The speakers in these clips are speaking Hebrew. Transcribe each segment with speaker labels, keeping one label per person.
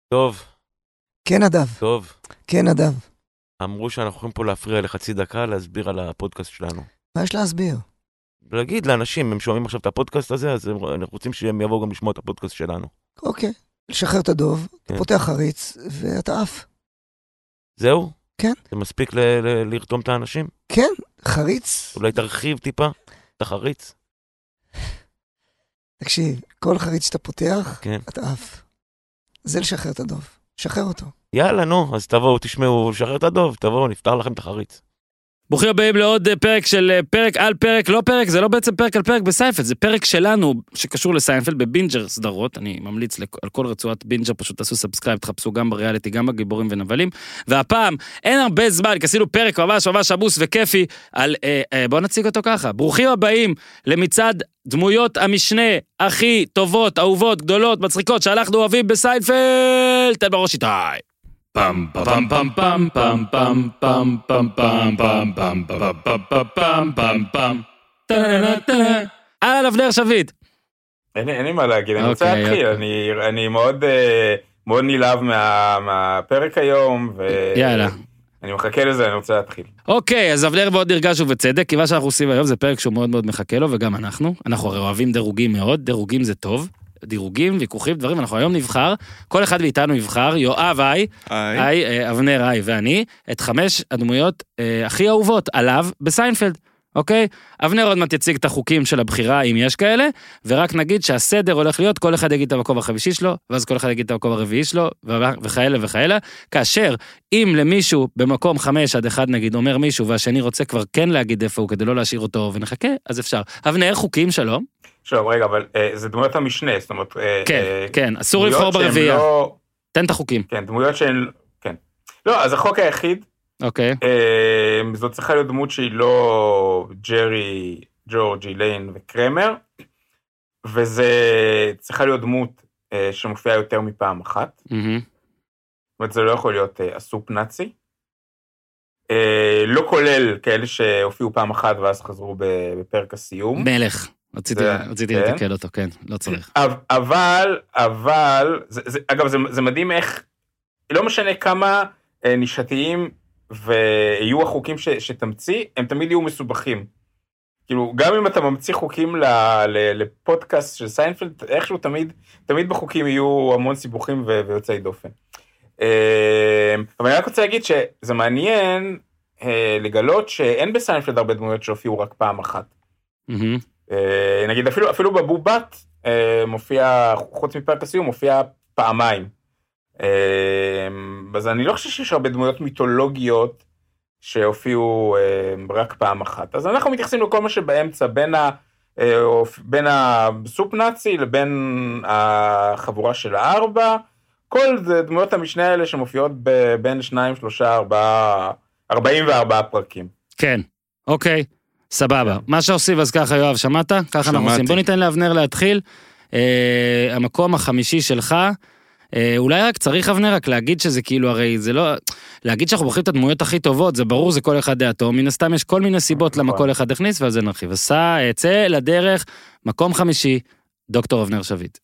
Speaker 1: טוב.
Speaker 2: כן, נדב.
Speaker 1: טוב.
Speaker 2: כן, נדב.
Speaker 1: אמרו שאנחנו יכולים פה להפריע לחצי דקה, להסביר על הפודקאסט שלנו.
Speaker 2: מה יש להסביר?
Speaker 1: להגיד לאנשים, הם שומעים עכשיו את הפודקאסט הזה, אז אנחנו רוצים שהם יבואו גם לשמוע את הפודקאסט שלנו.
Speaker 2: אוקיי. לשחרר את הדוב,
Speaker 1: כן.
Speaker 2: אתה פותח חריץ, ואתה עף.
Speaker 1: זהו?
Speaker 2: כן.
Speaker 1: זה מספיק לרתום את האנשים?
Speaker 2: כן, חריץ.
Speaker 1: אולי תרחיב טיפה את החריץ?
Speaker 2: תקשיב, כל חריץ שאתה פותח,
Speaker 1: כן.
Speaker 2: אתה עף. זה לשחרר את הדוב. שחרר אותו.
Speaker 1: יאללה, נו, אז תבואו, תשמעו, לשחרר את הדוב, תבואו, נפתר לכם את החריץ.
Speaker 3: ברוכים הבאים לעוד פרק של פרק על פרק, לא פרק, זה לא בעצם פרק על פרק בסיינפלד, זה פרק שלנו שקשור לסיינפלד בבינג'ר סדרות, אני ממליץ על כל רצועת בינג'ר, פשוט תעשו סאבסקרייב, תחפשו גם בריאליטי, גם בגיבורים ונבלים, והפעם אין הרבה זמן, כי עשינו פרק ממש עמוס וכיפי, על, בואו נציג אותו ככה, ברוכים הבאים למצעד דמויות המשנה הכי טובות, אהובות, גדולות, מצחיקות, שאנחנו אוהבים בסיינפלד, תן בראש איתי. פם פם פם פם פם פם פם פם פם פם פם פם פם פם פם פם על אבנר שביט.
Speaker 4: אין לי מה להגיד, אני רוצה להתחיל, אני מאוד נלהב מהפרק היום,
Speaker 3: יאללה.
Speaker 4: אני מחכה לזה, אני רוצה להתחיל.
Speaker 3: אוקיי, אז אבנר מאוד נרגש ובצדק, כי מה שאנחנו עושים היום זה פרק שהוא מאוד מאוד מחכה לו, וגם אנחנו הרי אוהבים דירוגים מאוד, דירוגים זה טוב. דירוגים, ויכוחים, דברים, אנחנו היום נבחר, כל אחד מאיתנו יבחר, יואב אבנר ואני, את 5 הדמויות הכי אהובות עליו בסיינפלד, אוקיי? אבנר עוד מעט יציג את החוקים של הבחירה, אם יש כאלה, ורק נגיד שהסדר הולך להיות, כל אחד יגיד את המקום החמישי שלו, ואז כל אחד יגיד את המקום הרביעי שלו, וכאלה, כאשר אם למישהו במקום 5 עד 1 נגיד אומר מישהו, והשני רוצה כבר כן להגיד איפה הוא, כדי לא להשאיר אותו ונחכה, אז אפשר. אבנר, חוקים, שלום.
Speaker 4: שלום, רגע, אבל זה דמויות המשנה, זאת אומרת...
Speaker 3: כן, אסור לבחור ברביעייה. תן את החוקים.
Speaker 4: כן, דמויות שהן... כן. לא, אז החוק היחיד,
Speaker 3: אוקיי.
Speaker 4: זאת צריכה להיות דמות שהיא לא ג'רי, ג'ורג'י, ליין וקרמר, וזה צריכה להיות דמות שמופיעה יותר מפעם אחת. זאת אומרת, זה לא יכול להיות אסופ נאצי. לא כולל כאלה שהופיעו פעם אחת ואז חזרו בפרק הסיום.
Speaker 3: מלך. רציתי לתקל אותו, כן, לא צריך.
Speaker 4: אבל, אגב, זה מדהים איך, לא משנה כמה נישתיים ויהיו החוקים שתמציא, הם תמיד יהיו מסובכים. כאילו, גם אם אתה ממציא חוקים לפודקאסט של סיינפלד, איכשהו תמיד בחוקים יהיו המון סיבוכים ויוצאי דופן. אבל אני רק רוצה להגיד שזה מעניין לגלות שאין בסיינפלד הרבה דמויות שהופיעו רק פעם אחת. נגיד אפילו בבובת מופיע, חוץ מפרק הסיום, מופיע פעמיים. אז אני לא חושב שיש הרבה דמויות מיתולוגיות שהופיעו רק פעם אחת. אז אנחנו מתייחסים לכל מה שבאמצע, בין הסופ נאצי לבין החבורה של 4, כל זה דמויות המשנה האלה שמופיעות בין 2, 3, 4, 44 פרקים.
Speaker 3: כן, אוקיי. סבבה. מה שעושים אז ככה, יואב, שמעת? ככה אנחנו עושים. בוא ניתן לאבנר להתחיל. המקום החמישי שלך, אולי רק צריך אבנר רק להגיד שזה כאילו, הרי זה לא, להגיד שאנחנו בוחרים את הדמויות הכי טובות, זה ברור, זה כל אחד דעתו, מן הסתם יש כל מיני סיבות למה כל אחד הכניס, ועל זה נרחיב. צא לדרך, מקום חמישי, דוקטור אבנר שביט.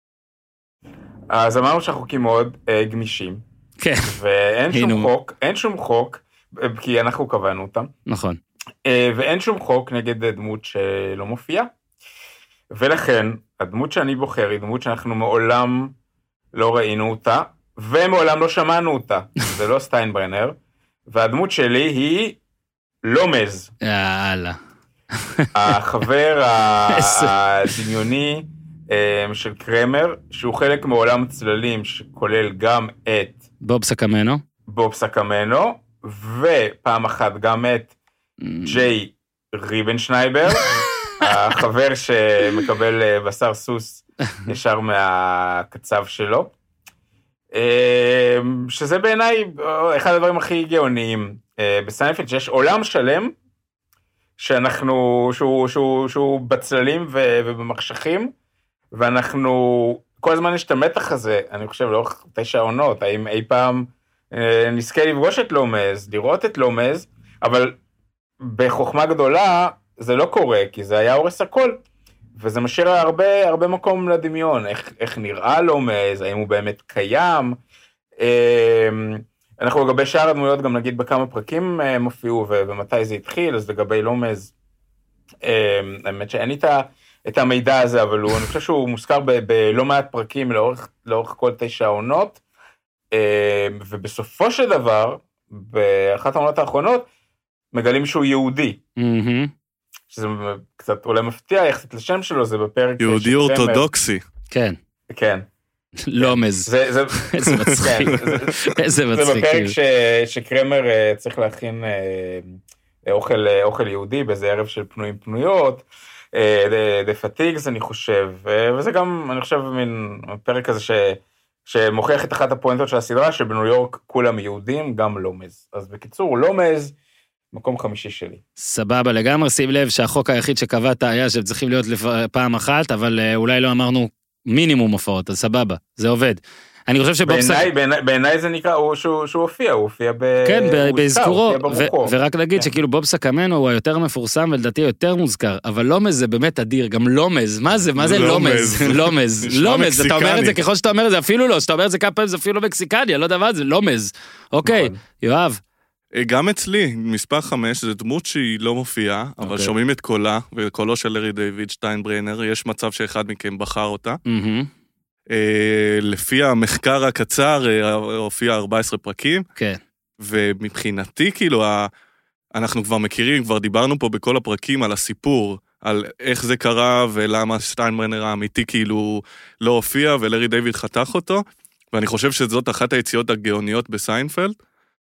Speaker 4: אז אמרנו שהחוקים מאוד גמישים.
Speaker 3: כן.
Speaker 4: ואין שום חוק, כי אנחנו קבענו אותם.
Speaker 3: נכון.
Speaker 4: ואין שום חוק נגד דמות שלא מופיעה, ולכן הדמות שאני בוחר היא דמות שאנחנו מעולם לא ראינו אותה, ומעולם לא שמענו אותה, זה לא סטיינברנר, והדמות שלי היא לומז.
Speaker 3: יאללה.
Speaker 4: החבר הדמיוני של קרמר, שהוא חלק מעולם צללים שכולל גם את בוב סקמנו, ופעם אחת גם את ג'יי ריבנשנייבר, החבר שמקבל בשר סוס ישר מהקצב שלו, שזה בעיניי אחד הדברים הכי גאוניים בסיינפלד, שיש עולם שלם שהוא בצללים ובמחשכים, ואנחנו כל הזמן יש את המתח הזה, אני חושב לאורך 9 עונות, האם אי פעם נזכה לפגוש את לומז, לראות את לומז, אבל בחוכמה גדולה זה לא קורה, כי זה היה הורס הכל. וזה משאיר הרבה מקום לדמיון, איך נראה לומז, האם הוא באמת קיים. אנחנו לגבי שאר הדמויות גם נגיד בכמה פרקים הם הופיעו ומתי זה התחיל, אז לגבי לומז, האמת שאין לי את המידע הזה, אבל אני חושב שהוא מוזכר בלא מעט פרקים לאורך כל 9 עונות, ובסופו של דבר, באחת העונות האחרונות, מגלים שהוא יהודי. שזה קצת אולי מפתיע יחסית לשם שלו, זה בפרק...
Speaker 5: יהודי אורתודוקסי.
Speaker 3: כן.
Speaker 4: כן.
Speaker 3: לומז. איזה מצחיק. איזה מצחיק.
Speaker 4: זה בפרק שקרמר צריך להכין אוכל יהודי, באיזה ערב של פנויים פנויות, דה פטיגס אני חושב, וזה גם, אני חושב, מין פרק הזה שמוכיח את אחת הפואנטות של הסדרה, שבניו יורק כולם יהודים, גם לומז. אז בקיצור, לומז, מקום 5 שלי.
Speaker 3: סבבה לגמרי, שים לב שהחוק היחיד שקבעת היה שהם צריכים להיות פעם אחת, אבל אולי לא אמרנו מינימום הופעות, אז סבבה, זה עובד. אני חושב
Speaker 4: בעיניי זה נקרא, שהוא הופיע
Speaker 3: באזכורו, ורק להגיד שכאילו בוב סקמנו הוא היותר מפורסם ולדעתי יותר מוזכר, אבל לומז זה באמת אדיר, גם לומז, מה זה לומז? לומז, אתה אומר את זה ככל שאתה אומר את זה, אפילו לא, שאתה אומר את זה כמה פעמים זה אפילו מקסיקני, לא דבר, זה לומז. אוקיי, יואב.
Speaker 5: גם אצלי, מספר 5, זו דמות שהיא לא מופיעה, אבל שומעים את קולה, וקולו של לארי דיוויד שטיינברנר, יש מצב שאחד מכם בחר אותה. לפי המחקר הקצר, הופיע 14 פרקים.
Speaker 3: כן.
Speaker 5: ומבחינתי, כאילו, אנחנו כבר מכירים, כבר דיברנו פה בכל הפרקים על הסיפור, על איך זה קרה, ולמה שטיינברנר האמיתי כאילו לא הופיע, ולארי דיוויד חתך אותו, ואני חושב שזאת אחת היציאות הגאוניות בסיינפלד,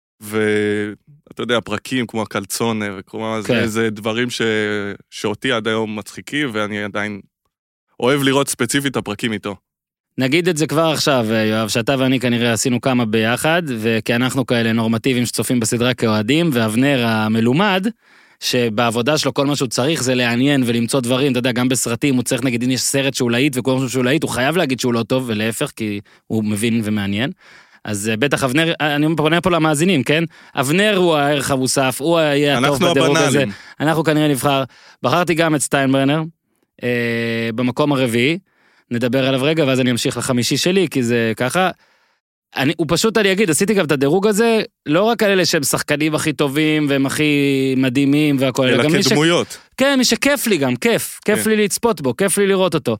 Speaker 5: ואתה יודע, פרקים כמו הקלצונה, וכמו זה דברים שאותי עד היום מצחיקים, ואני עדיין אוהב לראות ספציפית הפרקים איתו.
Speaker 3: נגיד את זה כבר עכשיו, יואב, שאתה ואני כנראה עשינו כמה ביחד, וכי אנחנו כאלה נורמטיביים שצופים בסדרה כאוהדים, ואבנר המלומד, שבעבודה שלו כל מה שהוא צריך זה לעניין ולמצוא דברים, אתה יודע, גם בסרטים הוא צריך, נגיד, אם יש סרט שהוא להיט וכל משהו שהוא להיט, הוא חייב להגיד שהוא לא טוב, ולהפך, כי הוא מבין ומעניין. אז בטח אבנר, אני פונה פה למאזינים, כן? אבנר הוא הערך המוסף, הוא יהיה הטוב בדירוג הזה. אנחנו כנראה נבחר. בחרתי גם את סטיינברנר, במקום הרביעי, נדבר עליו רגע, ואז אני אמשיך לחמישי שלי, כי זה ככה. הוא פשוט, אני אגיד, עשיתי גם את הדירוג הזה, לא רק על אלה שהם שחקנים הכי טובים, והם הכי מדהימים והכל,
Speaker 5: אלא כדמויות.
Speaker 3: כן, מי שכיף לי גם, כיף לי לצפות בו, כיף לי לראות אותו.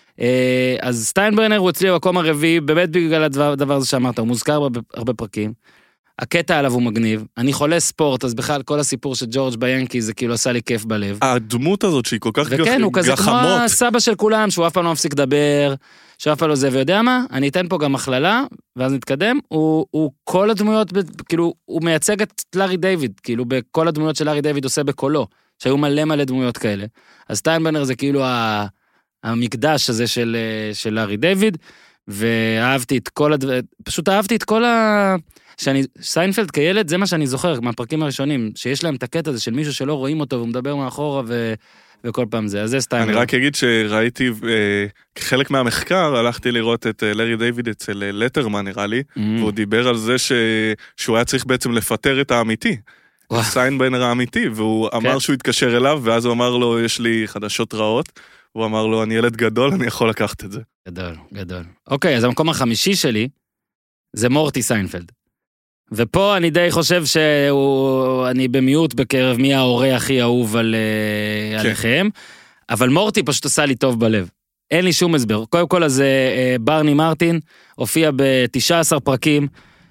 Speaker 3: אז סטיינברנר הוא אצלי במקום הרביעי, באמת בגלל הדבר הזה שאמרת, הוא מוזכר בהרבה פרקים, הקטע עליו הוא מגניב, אני חולה ספורט, אז בכלל כל הסיפור של ג'ורג' ביאנקי, זה כאילו עשה לי כיף בלב.
Speaker 5: הדמות הזאת שהיא כל כך גחמות.
Speaker 3: וכן, הוא כזה כמו הסבא של כולם, שהוא אף פעם לא מפסיק לדבר, שאף פעם לא זה, ויודע מה? אני אתן פה גם הכללה, ואז נתקדם, הוא כל הדמויות, כאילו, הוא מייצג את לארי דיוויד, כאילו, בכל הדמויות של לארי דיוויד עושה בקולו, שהיו מלא דמויות כאלה. אז סטיינברנר זה כאילו המקדש הזה של לארי דיוויד, ואהבתי את כל פשוט אהבתי את כל סיינפלד כילד, זה מה שאני זוכר מהפרקים הראשונים, שיש להם את הקטע הזה של מישהו שלא רואים אותו, והוא מדבר מאחורה וכל פעם זה, אז זה סטיינפלד.
Speaker 5: אני רק אגיד שראיתי, כחלק מהמחקר, הלכתי לראות את לארי דיוויד אצל לטרמן נראה לי, והוא דיבר על זה שהוא היה צריך בעצם לפטר את האמיתי, סיינברנר האמיתי, והוא אמר שהוא התקשר אליו, ואז הוא אמר לו, יש לי חדשות רעות, הוא אמר לו, אני ילד גדול, אני יכול לקחת את זה.
Speaker 3: גדול. אוקיי, אז המקום החמישי שלי, זה מורטי סיינפלד. ופה אני די חושב שאני במיעוט בקרב מי ההורה הכי אהוב עליכם, אבל מורטי פשוט עשה לי טוב בלב. אין לי שום הסבר. קודם כל, אז ברני מרטין הופיע ב-19 פרקים,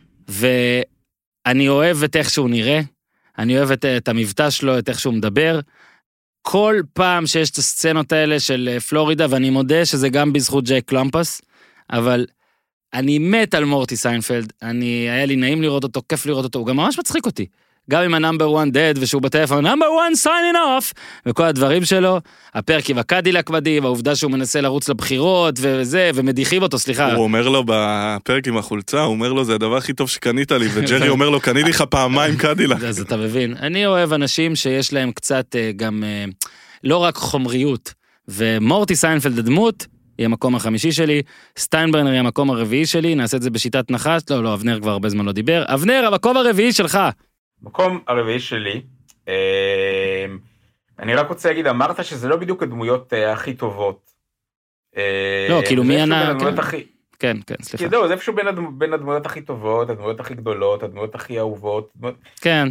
Speaker 3: ואני אוהב את איך שהוא נראה, אני אוהב את המבטא שלו, את איך שהוא מדבר, כל פעם שיש את הסצנות האלה של פלורידה, ואני מודה שזה גם בזכות ג'ייק קלומפס, אבל אני מת על מורטי סיינפלד, היה לי נעים לראות אותו, כיף לראות אותו, הוא גם ממש מצחיק אותי. גם עם ה-number one dead, ושהוא בטלפון, number one signing off, וכל הדברים שלו, הפרק עם הקדילק מדהים, העובדה שהוא מנסה לרוץ לבחירות, וזה, ומדיחים אותו, סליחה.
Speaker 5: הוא אומר לו בפרק עם החולצה, הוא אומר לו, זה הדבר הכי טוב שקנית לי, וג'רי אומר לו, קניתי לך פעמיים קדילק.
Speaker 3: אז אתה מבין. אני אוהב אנשים שיש להם קצת גם, לא רק חומריות, ומורטי סיינפלד הדמות, היא המקום החמישי שלי, סטיינברנר היא המקום הרביעי שלי, נעשה את זה בשיטת נחש, לא, אבנר כבר הרבה זמן לא דיבר, אבנר, המקום הרביעי שלך.
Speaker 4: מקום הרביעי שלי, אני רק רוצה להגיד, אמרת שזה לא בדיוק הדמויות הכי טובות.
Speaker 3: לא, כאילו מי ענה... כן, סליחה.
Speaker 4: כאילו, זה איפשהו בין הדמויות הכי טובות, הדמויות הכי גדולות, הדמויות הכי אהובות.
Speaker 3: כן.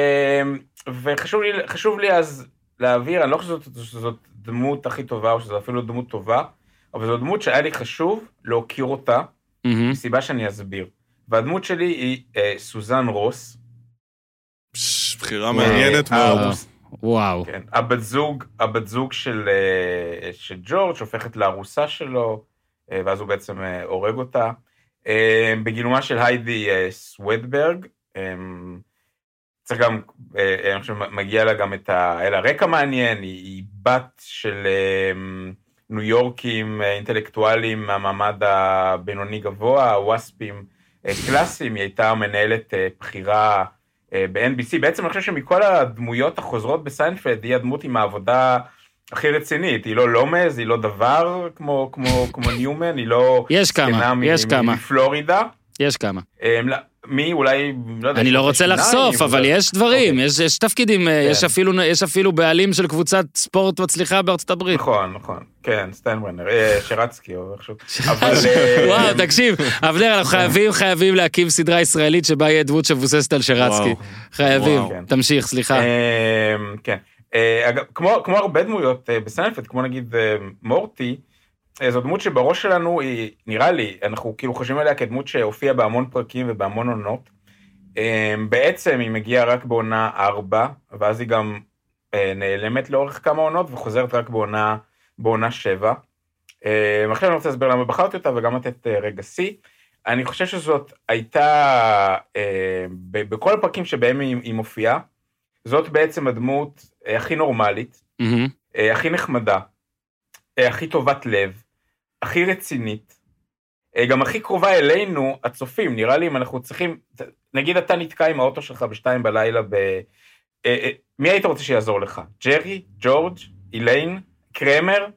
Speaker 4: וחשוב לי אז להעביר, אני לא חושב שזאת דמות הכי טובה, או שזו אפילו דמות טובה, אבל זו דמות שהיה לי חשוב להוקיר אותה, מסיבה שאני אסביר. והדמות שלי היא סוזן רוס.
Speaker 5: בחירה מעניינת מאוד.
Speaker 3: וואו.
Speaker 4: כן, הבת זוג של ג'ורג' הופכת לארוסה שלו, ואז הוא בעצם הורג אותה. בגילומה של היידי סוודברג, צריך גם, אני חושב, מגיע לה גם היה לה רקע מעניין, היא בת של ניו יורקים אינטלקטואלים מהמעמד הבינוני גבוה, ווספים קלאסיים, היא הייתה מנהלת בחירה ב-NBC, בעצם אני חושב שמכל הדמויות החוזרות בסיינפלד, היא הדמות עם העבודה הכי רצינית, היא לא לומז, היא לא דבר כמו ניומן, היא לא סקנה מפלורידה.
Speaker 3: יש כמה.
Speaker 4: מי אולי, לא יודע.
Speaker 3: אני לא רוצה לחשוף, אבל יש דברים, יש תפקידים, יש אפילו בעלים של קבוצת ספורט מצליחה בארצות הברית.
Speaker 4: נכון, כן, סטיינברנר, שרצקי או איכשהו.
Speaker 3: וואו, תקשיב, אבנר, אנחנו חייבים להקים סדרה ישראלית שבה יהיה דמות שמבוססת על שרצקי. חייבים, תמשיך, סליחה.
Speaker 4: כן. אגב, כמו הרבה דמויות בסיינפלד, כמו נגיד מורטי, זו דמות שבראש שלנו היא, נראה לי, אנחנו כאילו חושבים עליה כדמות שהופיעה בהמון פרקים ובהמון עונות. בעצם היא מגיעה רק בעונה 4, ואז היא גם נעלמת לאורך כמה עונות, וחוזרת רק בעונה 7. עכשיו אני רוצה להסביר למה בחרתי אותה, וגם לתת רגע C. אני חושב שזאת הייתה, בכל הפרקים שבהם היא מופיעה, זאת בעצם הדמות הכי נורמלית, הכי נחמדה, הכי טובת לב, הכי רצינית, גם הכי קרובה אלינו, הצופים. נראה לי אם אנחנו צריכים, נגיד אתה נתקע עם האוטו שלך ב2 בלילה, מי היית רוצה שיעזור לך? ג'רי, ג'ורג', איליין, קרמר?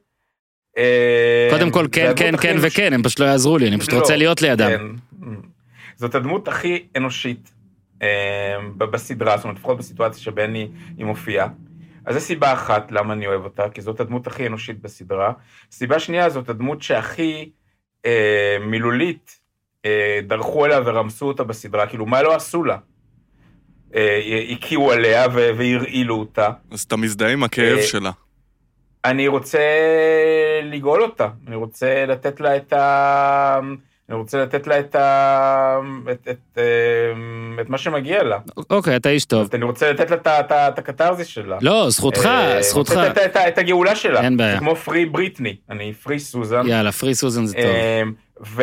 Speaker 3: קודם כל כן וכן, הם פשוט לא יעזרו לי, אני פשוט רוצה להיות לידם.
Speaker 4: זאת הדמות הכי אנושית בסדרה, זאת אומרת, לפחות בסיטואציה שבין היא מופיעה. אז זו סיבה אחת למה אני אוהב אותה, כי זאת הדמות הכי אנושית בסדרה. סיבה שנייה, זאת הדמות שהכי מילולית דרכו אליה ורמסו אותה בסדרה, כאילו מה לא עשו לה? הקיעו עליה והרעילו אותה.
Speaker 5: אז אתה מזדהה עם הכאב שלה.
Speaker 4: אני רוצה לגאול אותה, אני רוצה לתת לה את מה שמגיע לה.
Speaker 3: אוקיי, אתה איש טוב.
Speaker 4: אני רוצה לתת לה את הקטרזיס שלה.
Speaker 3: לא, זכותך.
Speaker 4: רוצה לתת את הגאולה שלה.
Speaker 3: אין בעיה.
Speaker 4: זה כמו פרי בריטני, אני פרי סוזן.
Speaker 3: יאללה, פרי סוזן זה טוב.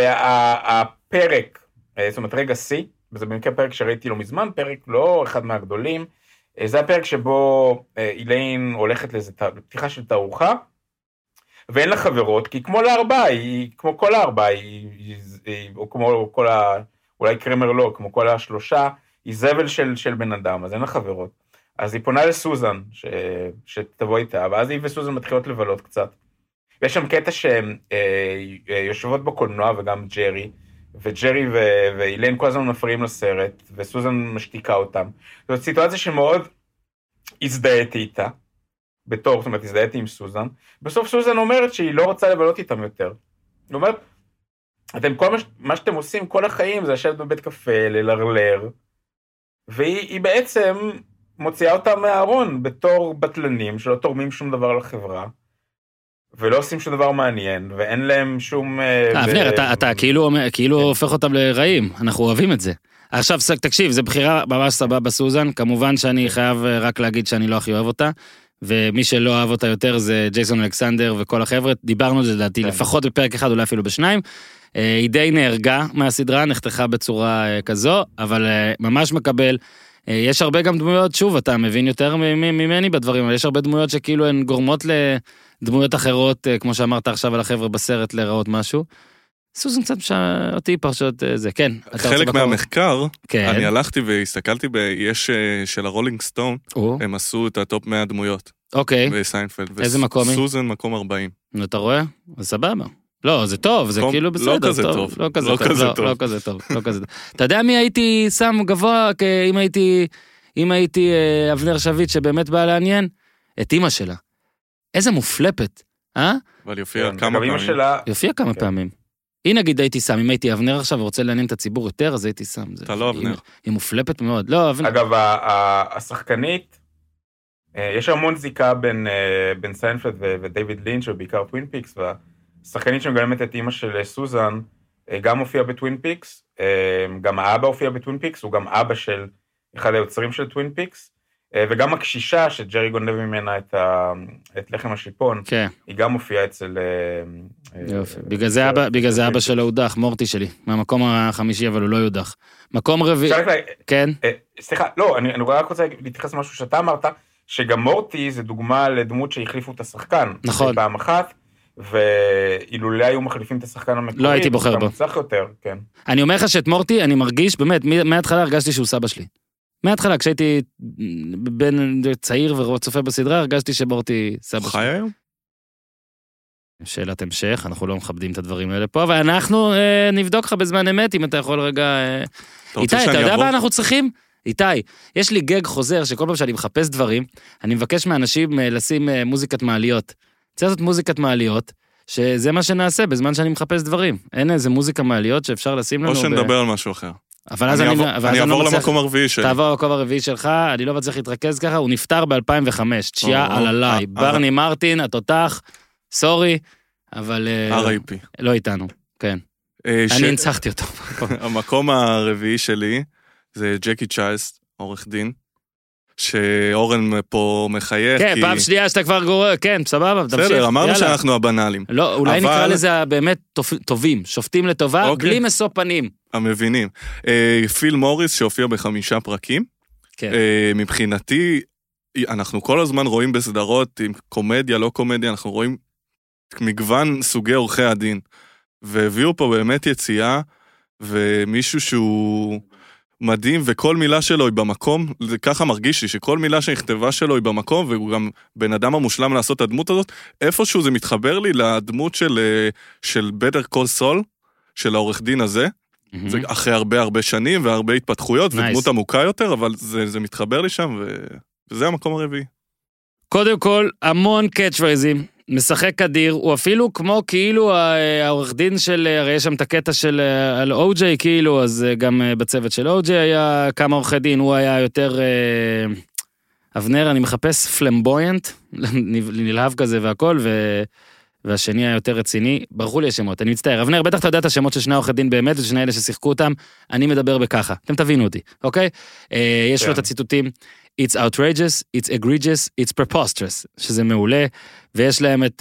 Speaker 4: והפרק, זאת אומרת רגע C, וזה במקרה פרק שראיתי לו מזמן, פרק לא אחד מהגדולים, זה הפרק שבו איליין הולכת לאיזו פתיחה של תערוכה, ואין לה חברות, כי כמו כמו כל הארבעה, או כמו כל אולי קרמר לא, כמו כל השלושה, היא זבל של בן אדם, אז אין לה חברות. אז היא פונה לסוזן, שתבוא איתה, ואז היא וסוזן מתחילות לבלות קצת. ויש שם קטע שהן יושבות בקולנוע, וגם ג'רי ואיליין כל הזמן מפריעים לסרט, וסוזן משתיקה אותם. זאת סיטואציה שמאוד הזדהיתי איתה, זאת אומרת, הזדהיתי עם סוזן. בסוף סוזן אומרת שהיא לא רוצה לבלות איתם יותר. היא אומרת, מה שאתם עושים כל החיים זה לשבת בבית קפה, ללרלר, והיא בעצם מוציאה אותם מהארון בתור בטלנים, שלא תורמים שום דבר לחברה, ולא עושים שום דבר מעניין, ואין להם שום...
Speaker 3: אבנר, אתה כאילו הופך אותם לרעים, אנחנו אוהבים את זה. עכשיו, תקשיב, זו בחירה ממש סבבה סוזן, כמובן שאני חייב רק להגיד שאני לא הכי אוהב אותה, ומי שלא אוהב אותה יותר זה ג'ייסון אלכסנדר וכל החבר'ה, דיברנו על זה לדעתי לפחות בפרק אחד, אולי אפילו בשניים, היא די נהרגה מהסדרה, נחתכה בצורה כזו, אבל ממש מקבל, יש הרבה גם דמויות, שוב, אתה מבין יותר ממני בדברים, אבל יש הרבה דמויות שכאילו הן גורמות לדמויות אחרות, כמו שאמרת עכשיו על החבר'ה בסרט, להיראות משהו. סוזן קצת אותי פרשות זה, כן.
Speaker 5: חלק מהמחקר, אני הלכתי והסתכלתי, יש של הרולינג סטון, הם עשו את הטופ 100 דמויות.
Speaker 3: אוקיי.
Speaker 5: בסיינפלד.
Speaker 3: איזה מקום היא?
Speaker 5: סוזן מקום 40.
Speaker 3: אתה רואה? זה סבבה. לא, זה טוב, זה כאילו בסדר.
Speaker 5: לא כזה טוב.
Speaker 3: לא כזה טוב. אתה יודע מי הייתי שם גבוה, אם הייתי אבנר שביט שבאמת בא לעניין? את אמא שלה. איזה מופלפת, אה?
Speaker 5: אבל יופיע
Speaker 4: כן,
Speaker 5: כמה
Speaker 4: אגב, אמא
Speaker 5: פעמים.
Speaker 4: שלה...
Speaker 3: יופיע כמה
Speaker 4: כן.
Speaker 3: פעמים. היא נגיד הייתי שם, אם הייתי אבנר עכשיו ורוצה לעניין את הציבור יותר, אז הייתי שם.
Speaker 5: אתה לא אבנר.
Speaker 3: היא מופלפת מאוד. לא, אבנר.
Speaker 4: אגב, השחקנית, יש המון זיקה בין סיינפלד ודייוויד לינץ' ובעיקר טווין פיקס, והשחקנית שמגלמת את אמא של סוזן, גם הופיע בטווין פיקס, גם האבא הופיע בטווין פיקס, הוא גם אבא של אחד היוצרים של טווין פיקס, וגם הקשישה שג'רי גונב ממנה את לחם השיפון,
Speaker 3: כן.
Speaker 4: היא גם הופיעה אצל...
Speaker 3: יופי. בגלל זה אבא שלו הודח, מורטי שלי. מהמקום החמישי, אבל הוא לא יודח. מקום רביעי. כן.
Speaker 4: סליחה, לא, אני רק רוצה להתייחס למשהו שאתה אמרת, שגם מורטי זה דוגמה לדמות שהחליפו את השחקן.
Speaker 3: נכון.
Speaker 4: פעם אחת, ואילולי היו מחליפים את השחקן המקורי.
Speaker 3: לא הייתי בוחר בו.
Speaker 4: הוא גם מוצלח יותר, כן.
Speaker 3: אני אומר לך שאת מורטי, אני מרגיש, באמת, מההתחלה הרגשתי שהוא סבא שלי. מההתחלה, כשהייתי בן צעיר וצופה בסדרה, הרגשתי שמורטי סבא שלי.
Speaker 5: חי היום?
Speaker 3: שאלת המשך, אנחנו לא מכבדים את הדברים האלה פה, אבל אנחנו נבדוק לך בזמן אמת, אם אתה יכול רגע... איתי, אתה יודע מה אנחנו צריכים? איתי, יש לי גג חוזר, שכל פעם שאני מחפש דברים, אני מבקש מאנשים לשים מוזיקת מעליות. צריך לעשות מוזיקת מעליות, שזה מה שנעשה בזמן שאני מחפש דברים. אין איזה מוזיקה מעליות שאפשר לשים לנו...
Speaker 5: או שנדבר על משהו אחר.
Speaker 3: אבל אז
Speaker 5: אני אעבור למקום הרביעי שלי.
Speaker 3: תעבור למקום הרביעי שלך, אני לא מצליח להתרכז ככה, הוא נפטר ב-2005, תשיעה על עליי, ברני מרטין, התותח, סורי, אבל...
Speaker 5: R.I.P.
Speaker 3: לא איתנו, כן. אני הנצחתי אותו.
Speaker 5: המקום הרביעי שלי זה ג'קי צ'יילס, עורך דין, שאורן פה מחייך.
Speaker 3: כן, פעם שנייה שאתה כבר גורר, כן, סבבה, תמשיך.
Speaker 5: בסדר, אמרנו שאנחנו הבנאלים.
Speaker 3: לא, אולי נקרא לזה באמת טובים, שופטים לטובה, בלי משוא פנים.
Speaker 5: המבינים. פיל מוריס שהופיע ב5 פרקים.
Speaker 3: כן.
Speaker 5: מבחינתי, אנחנו כל הזמן רואים בסדרות עם קומדיה, לא קומדיה, אנחנו רואים מגוון סוגי עורכי הדין. והביאו פה באמת יציאה, ומישהו שהוא מדהים, וכל מילה שלו היא במקום, זה ככה מרגיש לי, שכל מילה שנכתבה שלו היא במקום, והוא גם בן אדם המושלם לעשות את הדמות הזאת, איפשהו זה מתחבר לי לדמות של Better Call Saul, של העורך דין הזה, זה אחרי הרבה שנים, והרבה התפתחויות, ודמות עמוקה יותר, אבל זה מתחבר לי שם, וזה המקום הרביעי.
Speaker 3: קודם כל, המון קאץ'-פרייזים, משחק אדיר, הוא אפילו כמו כאילו העורך דין של, הרי יש שם את הקטע של על אוג'יי כאילו, אז גם בצוות של אוג'יי היה כמה עורכי דין, הוא היה יותר אבנר, אני מחפש פלמבויינט, נלהב כזה והכל, והשני היה יותר רציני, ברחו לי השמות, אני מצטער, אבנר, בטח אתה יודע את השמות של שני עורכי דין באמת, ושני אלה ששיחקו אותם, אני מדבר בככה, אתם תבינו אותי, אוקיי? יש לו את הציטוטים, It's outrageous, it's egregious, it's preposterous, שזה מעולה, ויש להם את,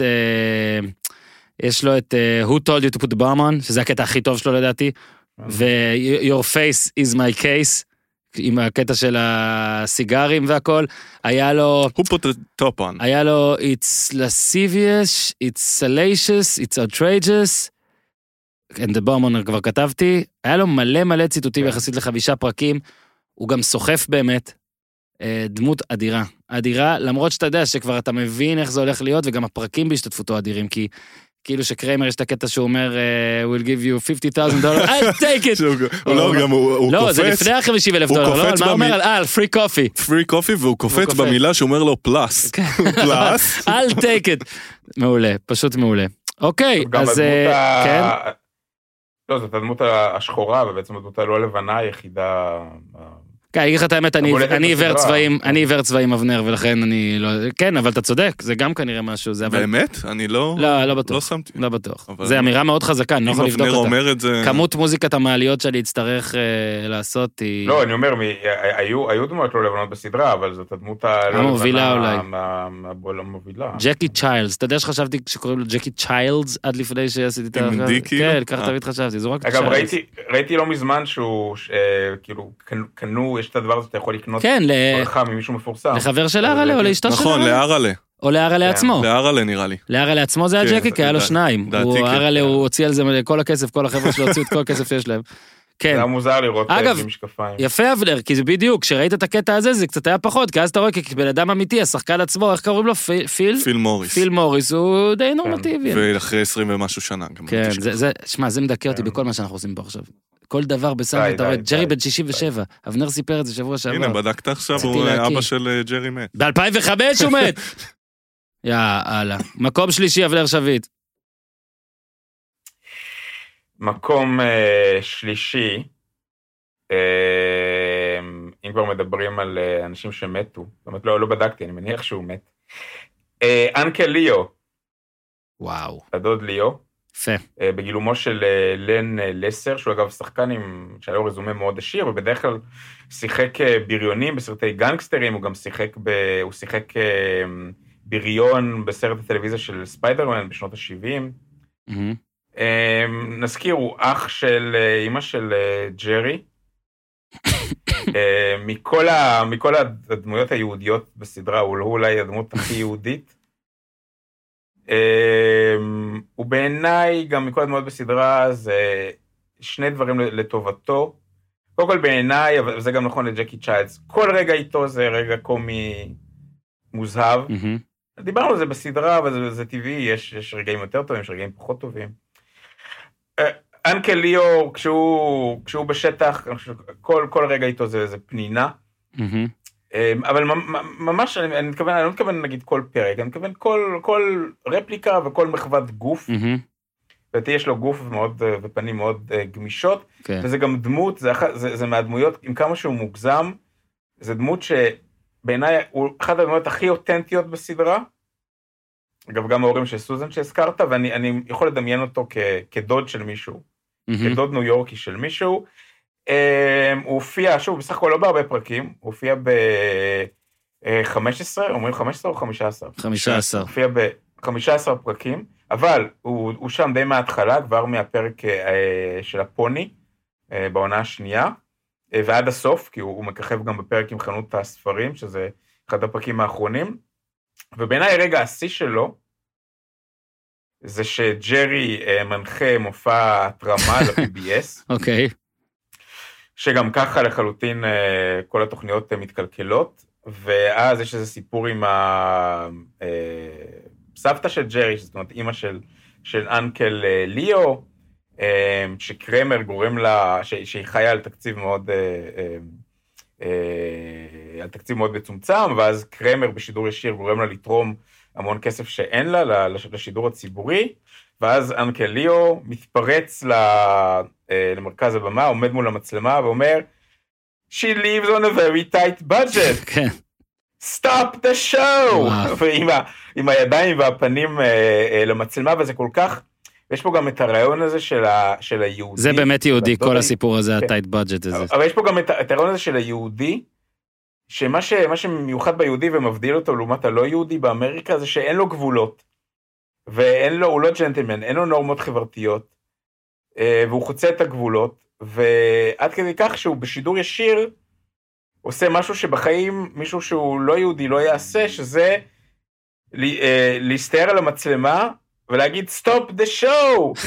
Speaker 3: יש לו את Who told you to put the bomb on, שזה הקטע הכי טוב שלו לדעתי, ו-Your face is my case, עם הקטע של הסיגרים והכל, היה לו...
Speaker 5: Who put the top on?
Speaker 3: היה לו It's lascivious, it's salacious, it's outrageous, and the bomb on כבר כתבתי, היה לו מלא ציטוטים יחסית ל5 פרקים, הוא גם סוחף באמת, דמות אדירה, אדירה, למרות שאתה יודע שכבר אתה מבין איך זה הולך להיות, וגם הפרקים בהשתתפותו אדירים, כי כאילו שקריימר יש את הקטע שהוא אומר, we'll give you $50,000, I'll take it.
Speaker 5: הוא
Speaker 3: לא, זה לפני $50,000, לא, מה אומר על free coffee.
Speaker 5: free coffee, והוא קופץ במילה שאומר לו פלאס. פלאס.
Speaker 3: I'll take it. מעולה, פשוט מעולה. אוקיי, אז כן.
Speaker 4: לא, זאת הדמות השחורה, ובעצם הדמות הלא לבנה היחידה...
Speaker 3: כן, אני אגיד לך את האמת, אני עיוור צבעים אבנר, ולכן אני לא... כן, אבל אתה צודק, זה גם כנראה משהו.
Speaker 5: באמת? אני לא...
Speaker 3: לא בטוח.
Speaker 5: לא שמתי.
Speaker 3: לא בטוח. זו אמירה מאוד חזקה, אני לא יכול לבדוק אותה. כמות מוזיקת המעליות שאני אצטרך לעשות היא...
Speaker 4: לא, אני אומר, היו דמות לא לבנות בסדרה, אבל זאת הדמות
Speaker 3: המובילה אולי.
Speaker 4: המובילה.
Speaker 3: ג'קי צ'יילס, אתה יודע שחשבתי שקוראים לו ג'קי צ'יילס, עד לפני שעשיתי את
Speaker 5: עם דיקי?
Speaker 3: כן, ככה תמיד חשבתי, זו רק צ'יילס.
Speaker 4: אגב, ראיתי לא מזמן שהוא, כאילו, קנו, יש את הדבר הזה, אתה יכול לקנות ברכה ממישהו מפורסם.
Speaker 3: לחבר של ארלה או לאשתו של
Speaker 5: נכון, לארלה.
Speaker 3: או לארלה עצמו.
Speaker 5: לארלה נראה לי.
Speaker 3: לארלה עצמו זה היה ג'קי, כי היה לו 2. ארלה הוא הוציא על זה כל הכסף, כל החבר'ה שלו הוציאו את כל הכסף שיש להם. כן.
Speaker 4: זה היה מוזר לראות
Speaker 3: אגב,
Speaker 4: משקפיים.
Speaker 3: יפה אבנר, כי זה בדיוק, כשראית את הקטע הזה, זה קצת היה פחות, כי אז אתה רואה כבן אדם אמיתי, השחקן עצמו, איך קוראים לו?
Speaker 5: פיל מוריס.
Speaker 3: פיל מוריס, הוא די נורמטיבי.
Speaker 5: ואחרי 20 ומשהו שנה.
Speaker 3: כן, שמע, זה מדכא אותי בכל מה שאנחנו עושים פה עכשיו. כל דבר בסאונד,
Speaker 4: די,
Speaker 3: אתה רואה,
Speaker 4: די,
Speaker 3: ג'רי
Speaker 4: די.
Speaker 3: בן 67, אבנר סיפר את זה שבוע שעבר.
Speaker 5: הנה, בדקת עכשיו,
Speaker 3: רציתי
Speaker 5: הוא
Speaker 3: להכיר.
Speaker 5: אבא של ג'רי מת.
Speaker 3: ב-2005 הוא מת! יאללה. מקום שלישי, אבנר שביט.
Speaker 4: מקום שלישי, אם כבר מדברים על אנשים שמתו, זאת אומרת, לא בדקתי, אני מניח שהוא מת. אנקל ליאו,
Speaker 3: וואו.
Speaker 4: הדוד ליאו,
Speaker 3: יפה.
Speaker 4: בגילומו של לן לסר, שהוא אגב שחקן שהיה לו רזומה מאוד עשיר, ובדרך כלל שיחק בריונים בסרטי גנגסטרים, הוא גם שיחק בריון בסרט הטלוויזיה של ספיידרמן בשנות ה-70. נזכיר, הוא אח של אמא של ג'רי. מכל הדמויות היהודיות בסדרה, הוא אולי הדמות הכי יהודית. הוא בעיניי, גם מכל הדמויות בסדרה, זה שני דברים לטובתו. קודם כל בעיניי, אבל זה גם נכון לג'קי צ'יילדס, כל רגע איתו זה רגע קומי מוזהב. דיברנו על זה בסדרה, אבל זה טבעי, יש רגעים יותר טובים, יש רגעים פחות טובים. אנקל ליאו, כשהוא בשטח, כל רגע איתו זה פנינה. אבל ממש, אני לא מתכוון נגיד כל פרק, אני מתכוון כל רפליקה וכל מחוות גוף. יש לו גוף ופנים מאוד גמישות, וזה גם דמות, זה מהדמויות, עם כמה שהוא מוגזם, זה דמות שבעיניי הוא אחת הדמויות הכי אותנטיות בסדרה, אגב גם ההורים של סוזן שהזכרת, ואני יכול לדמיין אותו כדוד של מישהו, כדוד ניו יורקי של מישהו. הוא הופיע, שוב, בסך הכל לא בהרבה פרקים, הוא הופיע ב-15, אומרים 15 או 15?
Speaker 3: 15.
Speaker 4: הוא הופיע ב-15 פרקים, אבל הוא שם די מההתחלה, כבר מהפרק של הפוני, בעונה השנייה, ועד הסוף, כי הוא מככב גם בפרק עם חנות הספרים, שזה אחד הפרקים האחרונים, ובעיניי רגע השיא שלו, זה שג'רי מנחה מופע התרמה ל-PBS.
Speaker 3: אוקיי.
Speaker 4: שגם ככה לחלוטין כל התוכניות מתקלקלות, ואז יש איזה סיפור עם הסבתא של ג'רי, זאת אומרת אימא של אנקל ליאו, שקרמר גורם לה, שהיא חיה על תקציב מאוד מצומצם, ואז קרמר בשידור ישיר גורם לה לתרום המון כסף שאין לה לשידור הציבורי, ואז אנקל ליאו מתפרץ למרכז הבמה, עומד מול המצלמה ואומר, She lives on a very tight budget.
Speaker 3: כן.
Speaker 4: Stop the show! ועם הידיים והפנים למצלמה, וזה כל כך, יש פה גם את הרעיון הזה של היהודי.
Speaker 3: זה באמת יהודי, כל הסיפור הזה, ה-tight budget הזה.
Speaker 4: אבל יש פה גם את הרעיון הזה של היהודי, שמה שמיוחד ביהודי ומבדיל אותו לעומת הלא יהודי באמריקה, זה שאין לו גבולות. הוא לא ג'נטלמן, אין לו נורמות חברתיות, והוא חוצה את הגבולות, ועד כדי כך שהוא בשידור ישיר, עושה משהו שבחיים מישהו שהוא לא יהודי לא יעשה, שזה להסתער על המצלמה, ולהגיד stop the show,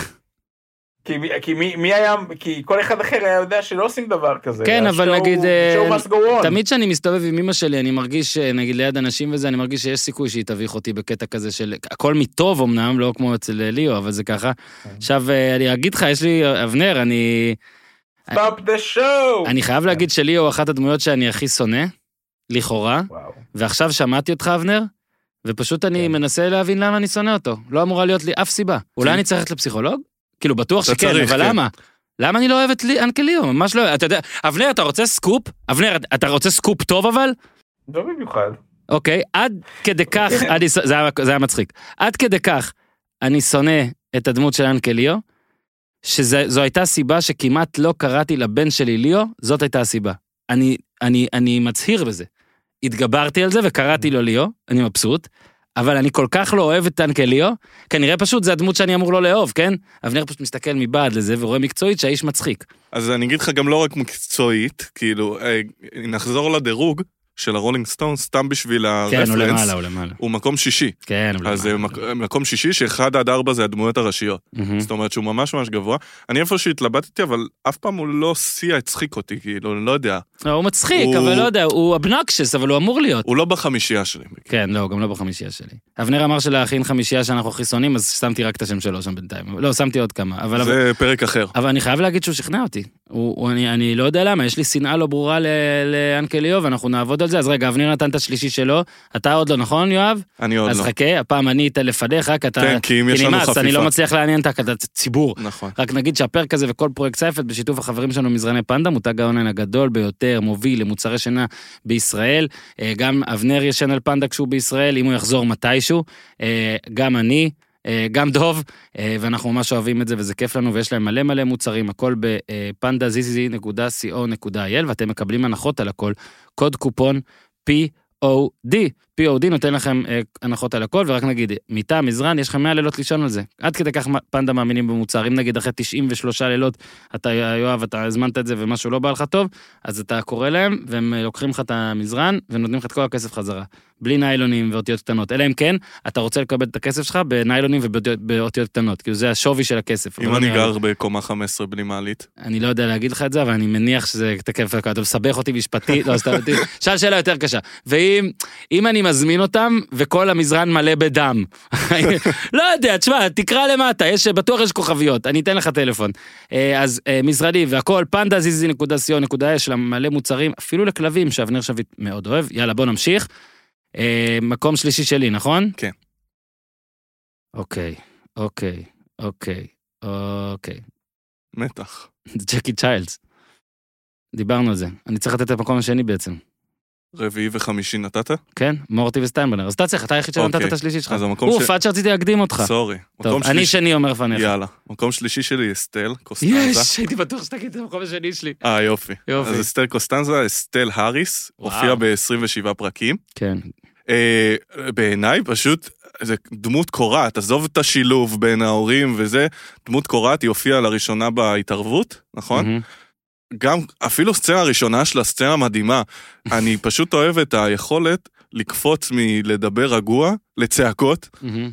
Speaker 4: כי כל אחד אחר היה יודע שלא עושים דבר כזה.
Speaker 3: כן, אבל נגיד,
Speaker 4: תמיד
Speaker 3: תמיד שאני מסתובב עם אמא שלי, אני מרגיש, נגיד ליד אנשים וזה, אני מרגיש שיש סיכוי שהיא תביך אותי בקטע כזה של, הכל מטוב אמנם, לא כמו אצל ליאו, אבל זה ככה. עכשיו, אני אגיד לך, יש לי, אבנר,
Speaker 4: stop the show!
Speaker 3: אני חייב להגיד שליאו הוא אחת הדמויות שאני הכי שונא, לכאורה, ועכשיו שמעתי אותך, אבנר, ופשוט אני מנסה להבין למה אני שונא אותו. לא אמורה להיות לי אף סיבה. אולי אני צריך ללכת לפסיכולוג? כאילו, בטוח שכן, אבל למה? למה אני לא אוהב את אנקל ליאו? ממש לא, אתה יודע, אבנר, אתה רוצה סקופ? אבנר, אתה רוצה סקופ טוב אבל?
Speaker 4: לא במיוחד.
Speaker 3: אוקיי, עד כדי כך, זה היה מצחיק, עד כדי כך אני שונא את הדמות של אנקל ליאו, שזו הייתה סיבה שכמעט לא קראתי לבן שלי ליאו, זאת הייתה הסיבה. אני מצהיר בזה. התגברתי על זה וקראתי לו ליאו, אני מבסוט, אבל אני כל כך לא אוהב את אנקל ליאו, כנראה פשוט זה הדמות שאני אמור לא לאהוב, כן? אבנר פשוט מסתכל מבעד לזה ורואה מקצועית שהאיש מצחיק.
Speaker 5: אז אני אגיד לך גם לא רק מקצועית, כאילו, נחזור לדירוג, של הרולינג סטון, סתם בשביל
Speaker 3: כן, הוא
Speaker 5: הרפרנס,
Speaker 3: למעלה, הוא למעלה.
Speaker 5: הוא מקום שישי.
Speaker 3: כן, הוא
Speaker 5: אז
Speaker 3: למעלה.
Speaker 5: מקום שישי, ש1 עד 4 זה הדמויות הראשיות. זאת אומרת שהוא ממש ממש גבוה. אני איפה שהתלבטתי, אבל אף פעם הוא לא סייע, הצחיק אותי, כאילו, אני לא יודע.
Speaker 3: הוא מצחיק, אבל לא יודע, הוא אבנוקשס, אבל הוא אמור להיות.
Speaker 5: הוא לא בחמישייה שלי.
Speaker 3: כן, לא, גם לא בחמישייה שלי. אבנר אמר שלהכין חמישייה שאנחנו חיסונים, אז שמתי רק את השם שלו שם בינתיים. לא, שמתי עוד כמה.
Speaker 5: זה פרק אחר.
Speaker 3: אבל אני חייב להגיד שהוא שכנע אותי. אני לא יודע למה, יש לי שנאה לא ברורה לאנקל איוב, ואנחנו נעבוד על זה. אז רגע, אבנר נתן את השלישי שלו. אתה עוד לא, נכון, יואב?
Speaker 5: אני עוד לא.
Speaker 3: אז חכה, הפעם אני אתן לפדיך,
Speaker 5: כן, כי אם יש לנו חפיפה.
Speaker 3: אני לא מצליח לעניין את הציבור.
Speaker 5: נכון.
Speaker 3: רק נגיד שהפרק הזה וכל פרויקט סייפלד בשיתוף החברים שלנו מזרני פנדה, מותג האונליין הגדול ביותר, מוביל למוצרי שינה בישראל. גם אבנר ישן על פנדה כשהוא בישראל, אם הוא יחזור מתישהו. גם אני, גם דוב, ואנחנו ממש אוהבים את זה, וזה כיף לנו, ויש להם מלא מלא מוצרים, הכל בפנדה.co.il, ואתם מקבלים הנחות על הכל, קוד קופון POD. POD נותן לכם הנחות על הכל, ורק נגיד, מיטה, מזרן, יש לכם 100 לילות לישון על זה. עד כדי כך פנדה מאמינים במוצר. אם נגיד אחרי 93 לילות, אתה יואב, אתה הזמנת את זה ומשהו לא בא לך טוב, אז אתה קורא להם, והם לוקחים לך את המזרן, ונותנים לך את כל הכסף חזרה. בלי ניילונים ואותיות קטנות. אלא אם כן, אתה רוצה לקבל את הכסף שלך בניילונים ובאותיות קטנות. כאילו זה השווי של הכסף.
Speaker 5: אם אני גר בקומה 15 בלי מעלית.
Speaker 3: אני לא יודע להגיד לך את זה, אבל אני מניח שזה תקף, אתה מסבך אותי משפטי, לא, שאל שאלה יותר קשה. ואם אני מזמין אותם, וכל המזרן מלא בדם. לא יודע, תשמע, תקרא למטה, בטוח יש כוכביות, אני אתן לך טלפון. אז מזרני והכל, panda.co.il, יש לה מלא מוצרים, אפילו לכלבים, שאבנר שביט מאוד אוהב. יאללה, בוא נמשיך. מקום שלישי שלי, נכון?
Speaker 5: כן.
Speaker 3: אוקיי.
Speaker 5: מתח.
Speaker 3: ג'קי צ'יילדס. דיברנו על זה. אני צריך לתת את המקום השני בעצם.
Speaker 5: רביעי וחמישי נתת?
Speaker 3: כן, מורטי וסטיינברנר. אז אתה צריך, אתה היחיד שנתת את השלישי שלך.
Speaker 5: אז המקום
Speaker 3: אוף, עד שרציתי להקדים אותך.
Speaker 5: סורי.
Speaker 3: טוב, אני שני אומר פניך.
Speaker 5: יאללה. מקום שלישי שלי, אסטל קוסטנזה.
Speaker 3: יש, הייתי בטוח שתגיד את המקום השני שלי.
Speaker 5: יופי. אז אסטל קוסטנזה, אסטל האריס, הופיע ב-27 פרקים.
Speaker 3: כן.
Speaker 5: בעיניי פשוט, זה דמות קוראת, עזוב את השילוב בין ההורים וזה, דמות קוראת, היא הופיעה לראשונה בהתערבות, נכון? גם אפילו סצנה הראשונה שלה, סצנה מדהימה, אני פשוט אוהב את היכולת לקפוץ מלדבר רגוע לצעקות,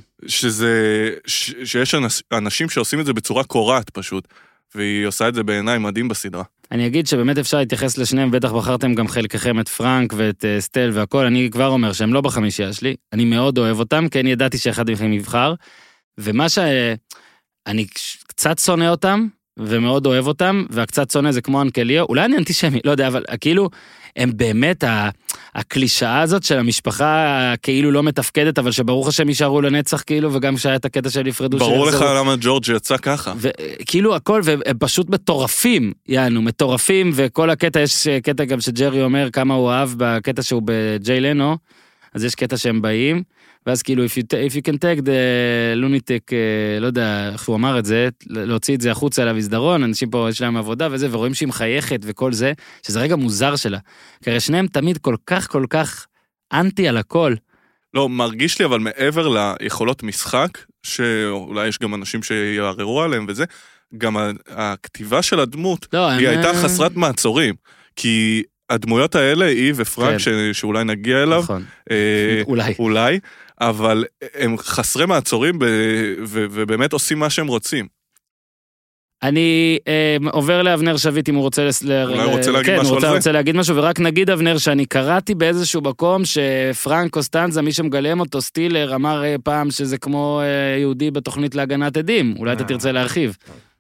Speaker 5: שיש אנשים שעושים את זה בצורה קוראת פשוט, והיא עושה את זה בעיניי מדהים בסדרה.
Speaker 3: אני אגיד שבאמת אפשר להתייחס לשניהם, בטח בחרתם גם חלקכם את פרנק ואת סטל והכל, אני כבר אומר שהם לא בחמישייה שלי, אני מאוד אוהב אותם, כי אני ידעתי שאחד מכם יבחר, ומה שאני קצת שונא אותם, ומאוד אוהב אותם, והקצת שונא זה כמו אנקליו, אולי אני אנטישמי, לא יודע, אבל כאילו, הם באמת, הקלישאה הזאת של המשפחה כאילו לא מתפקדת, אבל שברוך השם יישארו לנצח כאילו, וגם שהיה את הקטע של יפרדו.
Speaker 5: ברור לך למה ג'ורג' יצא ככה.
Speaker 3: וכאילו הכל, והם פשוט מטורפים, יענו, מטורפים, וכל הקטע, יש קטע גם שג'רי אומר כמה הוא אהב בקטע שהוא בג'יי לנו, אז יש קטע שהם באים, ואז כאילו, if you can take the lunatic, לא יודע איך הוא אמר את זה, להוציא את זה החוצה למסדרון, אנשים פה יש להם עבודה וזה, ורואים שהיא מחייכת וכל זה, שזה רגע מוזר שלה. כי הרי שניהם תמיד כל כך אנטי על הכל.
Speaker 5: לא, מרגיש לי אבל מעבר ליכולות משחק, שאולי יש גם אנשים שיערערו עליהם וזה, גם הכתיבה של הדמות, היא הייתה חסרת מעצורים, כי הדמויות האלה, היא ופרנק, שאולי נגיע אליו, אולי, אבל הם חסרי מעצורים, ובאמת עושים מה שהם רוצים.
Speaker 3: אני עובר לאבנר שביט אם הוא רוצה להגיד משהו, ורק נגיד אבנר שאני קראתי באיזשהו מקום שפרנק קוסטנזה, מי שמגלם אותו, סטילר, אמר פעם שזה כמו יהודי בתוכנית להגנת עדים, אולי אתה תרצה להרחיב.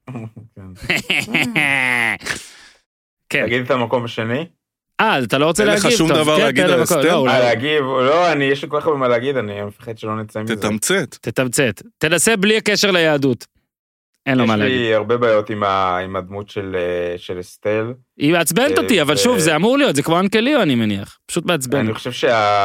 Speaker 4: תגיד את המקום השני?
Speaker 3: אתה לא רוצה להגיב?
Speaker 5: אין לך שום דבר להגיד על אסטל?
Speaker 4: להגיב, לא, יש לי כל כך הרבה מה להגיד, אני מפחד שלא נצא מזה.
Speaker 5: תתמצת.
Speaker 3: תנסה בלי הקשר ליהדות. אין לו מה להגיד.
Speaker 4: יש לי הרבה בעיות עם הדמות של אסטל.
Speaker 3: היא מעצבנת אותי, אבל שוב, זה אמור להיות, זה כמו אנקליו, אני מניח. פשוט מעצבן.
Speaker 4: אני חושב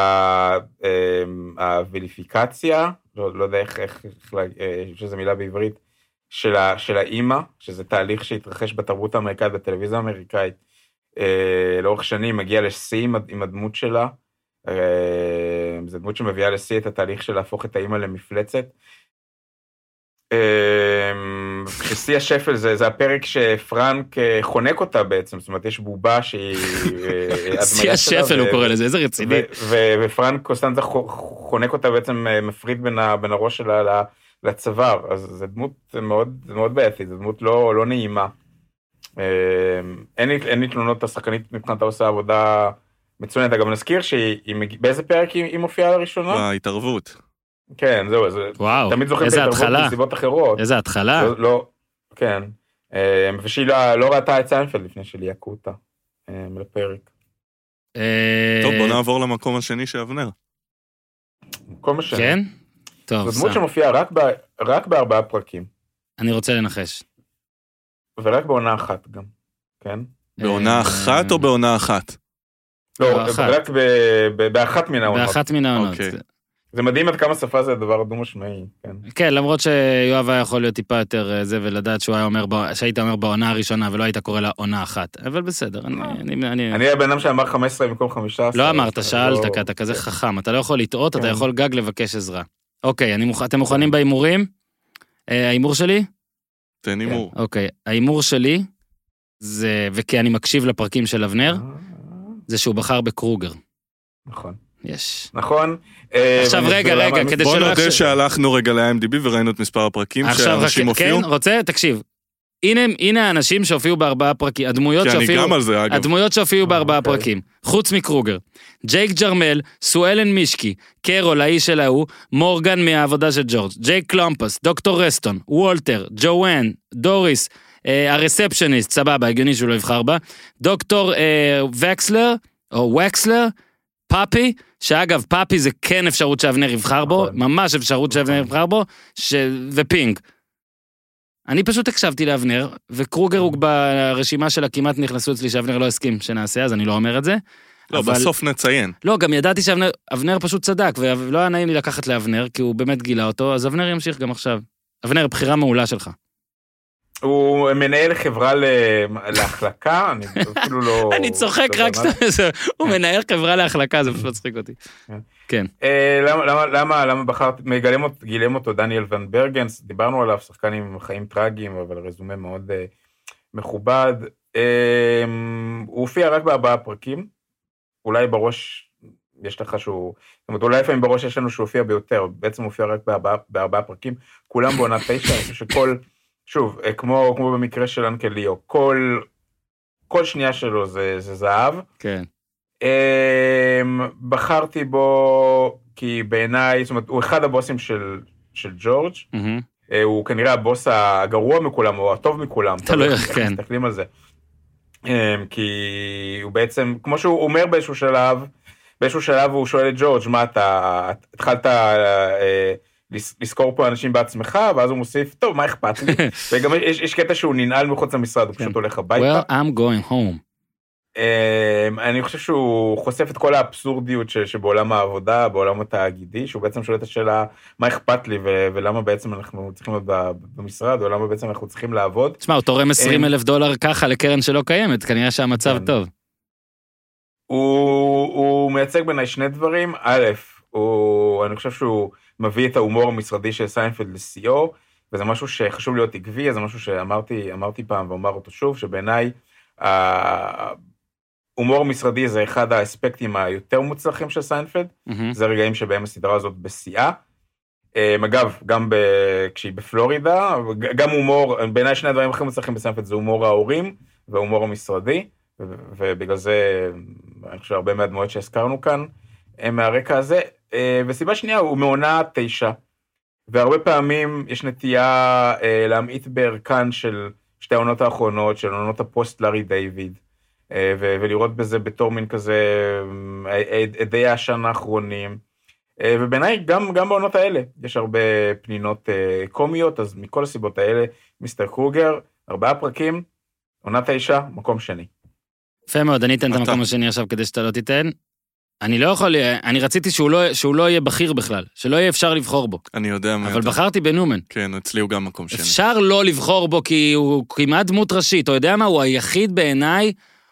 Speaker 4: שהוויליפיקציה, לא יודע איך שזו מילה בעברית, של האימא, שזה תהליך שהתרחש בתרבות האמריקאית, בטלוויזיה האמריקאית, לאורך שנים מגיע לשיא עם הדמות שלה, זו דמות שמביאה לשיא את התהליך של להפוך את האימא למפלצת, שיא השפל זה הפרק שפרנק חונק אותה בעצם, זאת אומרת, יש בובה שהיא...
Speaker 3: שיא השפל הוא קורא לזה, איזה רציני.
Speaker 4: ופרנק קוסטנזה חונק אותה בעצם, מפריד בין הראש שלה לצוואר, אז זו דמות מאוד בעייתית, זו דמות לא נעימה. אין לי תלונות, השחקנית מבחינתה עושה עבודה מצוינת, אגב נזכיר באיזה פרק היא מופיעה לראשונה?
Speaker 5: בהתערבות.
Speaker 4: כן, זהו,
Speaker 3: וואו,
Speaker 4: תמיד זוכרים את ההתערבות בסיבות אחרות.
Speaker 3: איזה התחלה.
Speaker 4: כן, ושהיא לא ראתה את סיינפלד לפני שליהקו אותה לפרק.
Speaker 5: טוב, בוא נעבור למקום השני שאבנר.
Speaker 4: מקום השני.
Speaker 3: כן? טוב,
Speaker 4: זו דמות שמופיעה רק ב4 פרקים.
Speaker 3: אני רוצה לנחש.
Speaker 4: ורק בעונה אחת גם, כן?
Speaker 5: בעונה אחת או בעונה אחת?
Speaker 4: לא, רק באחת מן העונות.
Speaker 3: באחת מן העונות.
Speaker 4: זה מדהים עד כמה שפה זה הדבר דו משמעי, כן. כן,
Speaker 3: למרות שיואב היה יכול להיות טיפה יותר זה, ולדעת שהיית אומר בעונה הראשונה, ולא היית קורא לה עונה אחת. אבל בסדר,
Speaker 4: אני הבן אדם שאמר 15 במקום 15.
Speaker 3: לא אמרת, שאלת, כי אתה כזה חכם, אתה לא יכול לטעות, אתה יכול גג לבקש עזרה. אוקיי, אתם מוכנים בהימורים? ההימור שלי?
Speaker 5: תן הימור.
Speaker 3: אוקיי, ההימור שלי, זה, וכי אני מקשיב לפרקים של אבנר, זה שהוא בחר בקרוגר.
Speaker 4: נכון.
Speaker 3: יש.
Speaker 4: נכון.
Speaker 3: עכשיו רגע, כדי
Speaker 5: בוא נודה שהלכנו רגע ל-IMDb וראינו את מספר הפרקים שאנשים הופיעו.
Speaker 3: כן, רוצה? תקשיב. הנה האנשים שהופיעו ב4 פרקים, הדמויות שהופיעו ב4 פרקים, חוץ מקרוגר. ג'ייק ג'רמל, סואלן מישקי, קרול, האיש של ההוא, מורגן מהעבודה של ג'ורג', ג'ייק קלומפס, דוקטור רסטון, וולטר, ג'ואן, דוריס, הרספשניסט, סבבה, הגיוני שהוא לא יבחר בה, דוקטור וקסלר, או וקסלר, פאפי, שאגב, פאפי זה כן אפשרות שאבנר יבחר בו, ממש אפשרות שאבנר יבחר בו, ופינג. אני פשוט הקשבתי לאבנר, וקרוגר הוא ברשימה שלה כמעט נכנסו אצלי שאבנר לא הסכים שנעשה, אז אני לא אומר את זה.
Speaker 5: לא, בסוף נציין.
Speaker 3: לא, גם ידעתי שאבנר פשוט צדק, ולא היה נעים לי לקחת לאבנר, כי הוא באמת גילה אותו, אז אבנר ימשיך גם עכשיו. אבנר, בחירה מעולה שלך.
Speaker 4: הוא מנהל חברה להחלקה, אני אפילו לא...
Speaker 3: אני צוחק רק שאתה... הוא מנהל חברה להחלקה, זה פשוט מצחיק אותי. כן.
Speaker 4: למה בחרת... גילם אותו דניאל ון ברגנס, דיברנו עליו, שחקן עם חיים טרגיים, אבל רזומה מאוד מכובד. הוא הופיע רק ב4 פרקים, אולי בראש יש לך שהוא... זאת אומרת, אולי לפעמים בראש יש לנו שהוא הופיע ביותר, בעצם הוא הופיע רק ב4 פרקים, כולם בעונה 9, אני חושב שכל... שוב, כמו במקרה של אנקל ליאו, כל שנייה שלו זה זהב.
Speaker 3: כן.
Speaker 4: בחרתי בו כי בעיניי, זאת אומרת, הוא אחד הבוסים של ג'ורג'. הוא כנראה הבוס הגרוע מכולם, או הטוב מכולם.
Speaker 3: אתה לא יודע, כן.
Speaker 4: מסתכלים על זה. כי הוא בעצם, כמו שהוא אומר באיזשהו שלב הוא שואל את ג'ורג', מה אתה התחלת... לזכור פה אנשים בעצמך, ואז הוא מוסיף, טוב, מה אכפת לי? וגם יש קטע שהוא ננעל מחוץ למשרד, הוא פשוט הולך הביתה.
Speaker 3: Well, I'm going home.
Speaker 4: אני חושב שהוא חושף את כל האבסורדיות שבעולם העבודה, בעולם התאגידי, שהוא בעצם שואל את השאלה, מה אכפת לי, ולמה בעצם אנחנו צריכים להיות במשרד, או למה בעצם אנחנו צריכים לעבוד. תשמע,
Speaker 3: הוא תורם $20,000 ככה לקרן שלא קיימת, כנראה שהמצב טוב.
Speaker 4: הוא מייצג בעיניי שני דברים. א', אני חושב שהוא מביא את ההומור המשרדי של סיינפלד לשיאו, וזה משהו שחשוב להיות עקבי, זה משהו שאמרתי פעם ואומר אותו שוב, שבעיניי ההומור המשרדי זה אחד האספקטים היותר מוצלחים של סיינפלד, זה רגעים שבהם הסדרה הזאת בשיאה. אגב, גם כשהיא בפלורידה, גם הומור, בעיניי שני הדברים הכי מוצלחים בסיינפלד זה הומור ההורים וההומור המשרדי, ובגלל זה אני חושב הרבה מהדמויות שהזכרנו כאן, מהרקע הזה. וסיבה שנייה, הוא מעונה 9, והרבה פעמים יש נטייה להמעיט בערכן של שתי העונות האחרונות, של עונות הפוסט לארי דיוויד, ולראות בזה בתור מין כזה עדי העשן האחרונים, ובעיניי גם בעונות האלה יש הרבה פנינות קומיות, אז מכל הסיבות האלה, מיסטר קרוגר, 4 פרקים, עונה 9, מקום שני.
Speaker 3: יפה מאוד, אני אתן את המקום השני עכשיו כדי שאתה לא תיתן. אני לא יכול, אני רציתי שהוא לא יהיה בכיר בכלל, שלא יהיה אפשר לבחור בו.
Speaker 5: אני יודע מה.
Speaker 3: אבל בחרתי בנומן.
Speaker 5: כן, אצלי הוא גם מקום שני.
Speaker 3: אפשר לא לבחור בו כי הוא כמעט דמות ראשית, אתה יודע מה, הוא היחיד בעיניי,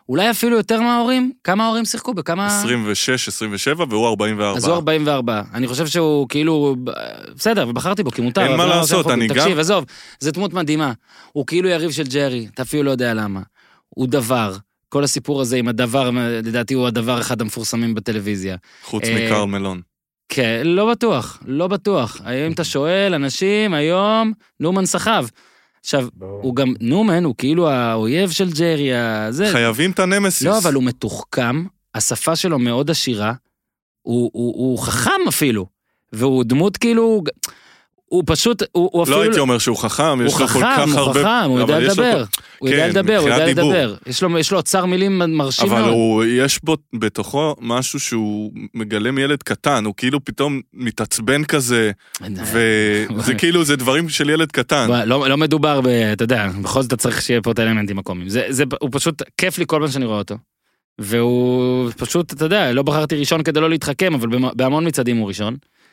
Speaker 3: אולי אפילו יותר מההורים? כמה ההורים שיחקו? בכמה...
Speaker 5: 26, 27, והוא 44.
Speaker 3: אז הוא 44. אני חושב שהוא כאילו... בסדר, ובחרתי בו, כי מותר.
Speaker 5: אין מה לעשות, אני גם...
Speaker 3: תקשיב, עזוב, זו דמות מדהימה. הוא כאילו יריב של ג'רי, אתה אפילו לא יודע למה. הוא דבר. כל הסיפור הזה עם הדבר, לדעתי הוא הדבר אחד המפורסמים בטלוויזיה.
Speaker 5: חוץ מקרל מלון.
Speaker 3: כן, לא בטוח, לא בטוח. אם אתה שואל, אנשים, היום, נומן סחב. עכשיו, הוא גם, נומן הוא כאילו האויב של ג'רי,
Speaker 5: חייבים את הנמסיס.
Speaker 3: לא, אבל הוא מתוחכם, השפה שלו מאוד עשירה, הוא חכם אפילו, והוא דמות כאילו, הוא פשוט, הוא אפילו...
Speaker 5: לא הייתי אומר שהוא חכם, יש לו כל כך הרבה...
Speaker 3: הוא חכם, הוא יודע לדבר. הוא יודע לדבר, הוא יודע לדבר. יש לו אוצר מילים מרשים מאוד.
Speaker 5: אבל יש בו בתוכו משהו שהוא מגלם ילד קטן, הוא כאילו פתאום מתעצבן כזה, וזה כאילו, זה דברים של ילד קטן.
Speaker 3: לא מדובר אתה יודע, בכל זאת צריך שיהיה פה את האלמנטים הקומיים. הוא פשוט כיף לי כל פעם שאני רואה אותו. והוא פשוט, אתה יודע, לא בחרתי ראשון כדי לא להתחכם, אבל בהמון מצעדים הוא ראשון.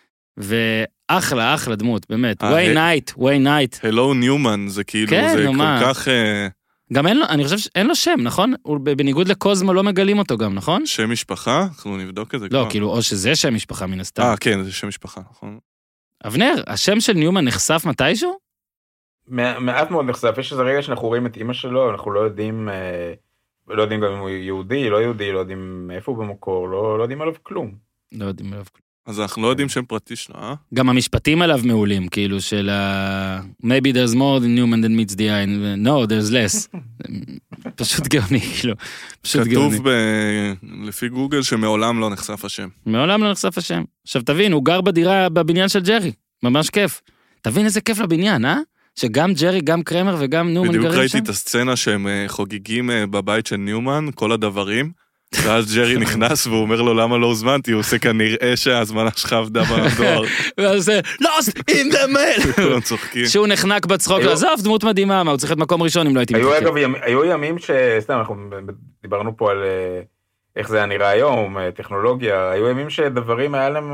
Speaker 3: ואחלה, אחלה דמות, באמת. ווי נייט.
Speaker 5: הלו ניומן, זה כאילו, זה כל כך...
Speaker 3: גם אין לו, אני חושב שאין לו שם, נכון? בניגוד לקוזמו לא מגלים אותו גם, נכון?
Speaker 5: שם משפחה? אנחנו נבדוק את זה כבר.
Speaker 3: לא, כאילו, או שזה שם משפחה מן הסתם.
Speaker 5: כן, זה שם משפחה, נכון.
Speaker 3: אבנר, השם של ניומן נחשף מתישהו?
Speaker 4: מעט מאוד נחשף, יש איזה רגע שאנחנו רואים את אמא שלו, אנחנו לא יודעים גם אם הוא יהודי, לא יהודי, לא יודעים איפה הוא במקור, לא יודעים עליו כלום.
Speaker 3: לא יודעים עליו כלום.
Speaker 5: אז אנחנו לא יודעים שם פרטי שלו, אה?
Speaker 3: גם המשפטים עליו מעולים, כאילו של maybe there's more than Newman than meets the eye, no, there's less. פשוט גאוני, כאילו, פשוט גאוני.
Speaker 5: כתוב לפי גוגל שמעולם לא נחשף השם.
Speaker 3: מעולם לא נחשף השם. עכשיו תבין, הוא גר בדירה, בבניין של ג'רי, ממש כיף. תבין איזה כיף לבניין, אה? שגם ג'רי, גם קרמר וגם ניומן גרים שם.
Speaker 5: בדיוק ראיתי את הסצנה שהם חוגגים בבית של ניומן, כל הדברים. ואז ג'רי נכנס והוא אומר לו למה לא הוזמנתי, הוא עושה כנראה שההזמנה שלך עבדה בדואר.
Speaker 3: ואז זה, lost in the mail.
Speaker 5: כולם צוחקים.
Speaker 3: שהוא נחנק בצחוק, עזוב, דמות מדהימה, מה, הוא צריך את מקום ראשון אם לא הייתי מתחכה.
Speaker 4: היו ימים סתם, אנחנו דיברנו פה על איך זה היה נראה היום, טכנולוגיה, היו ימים שדברים היה להם,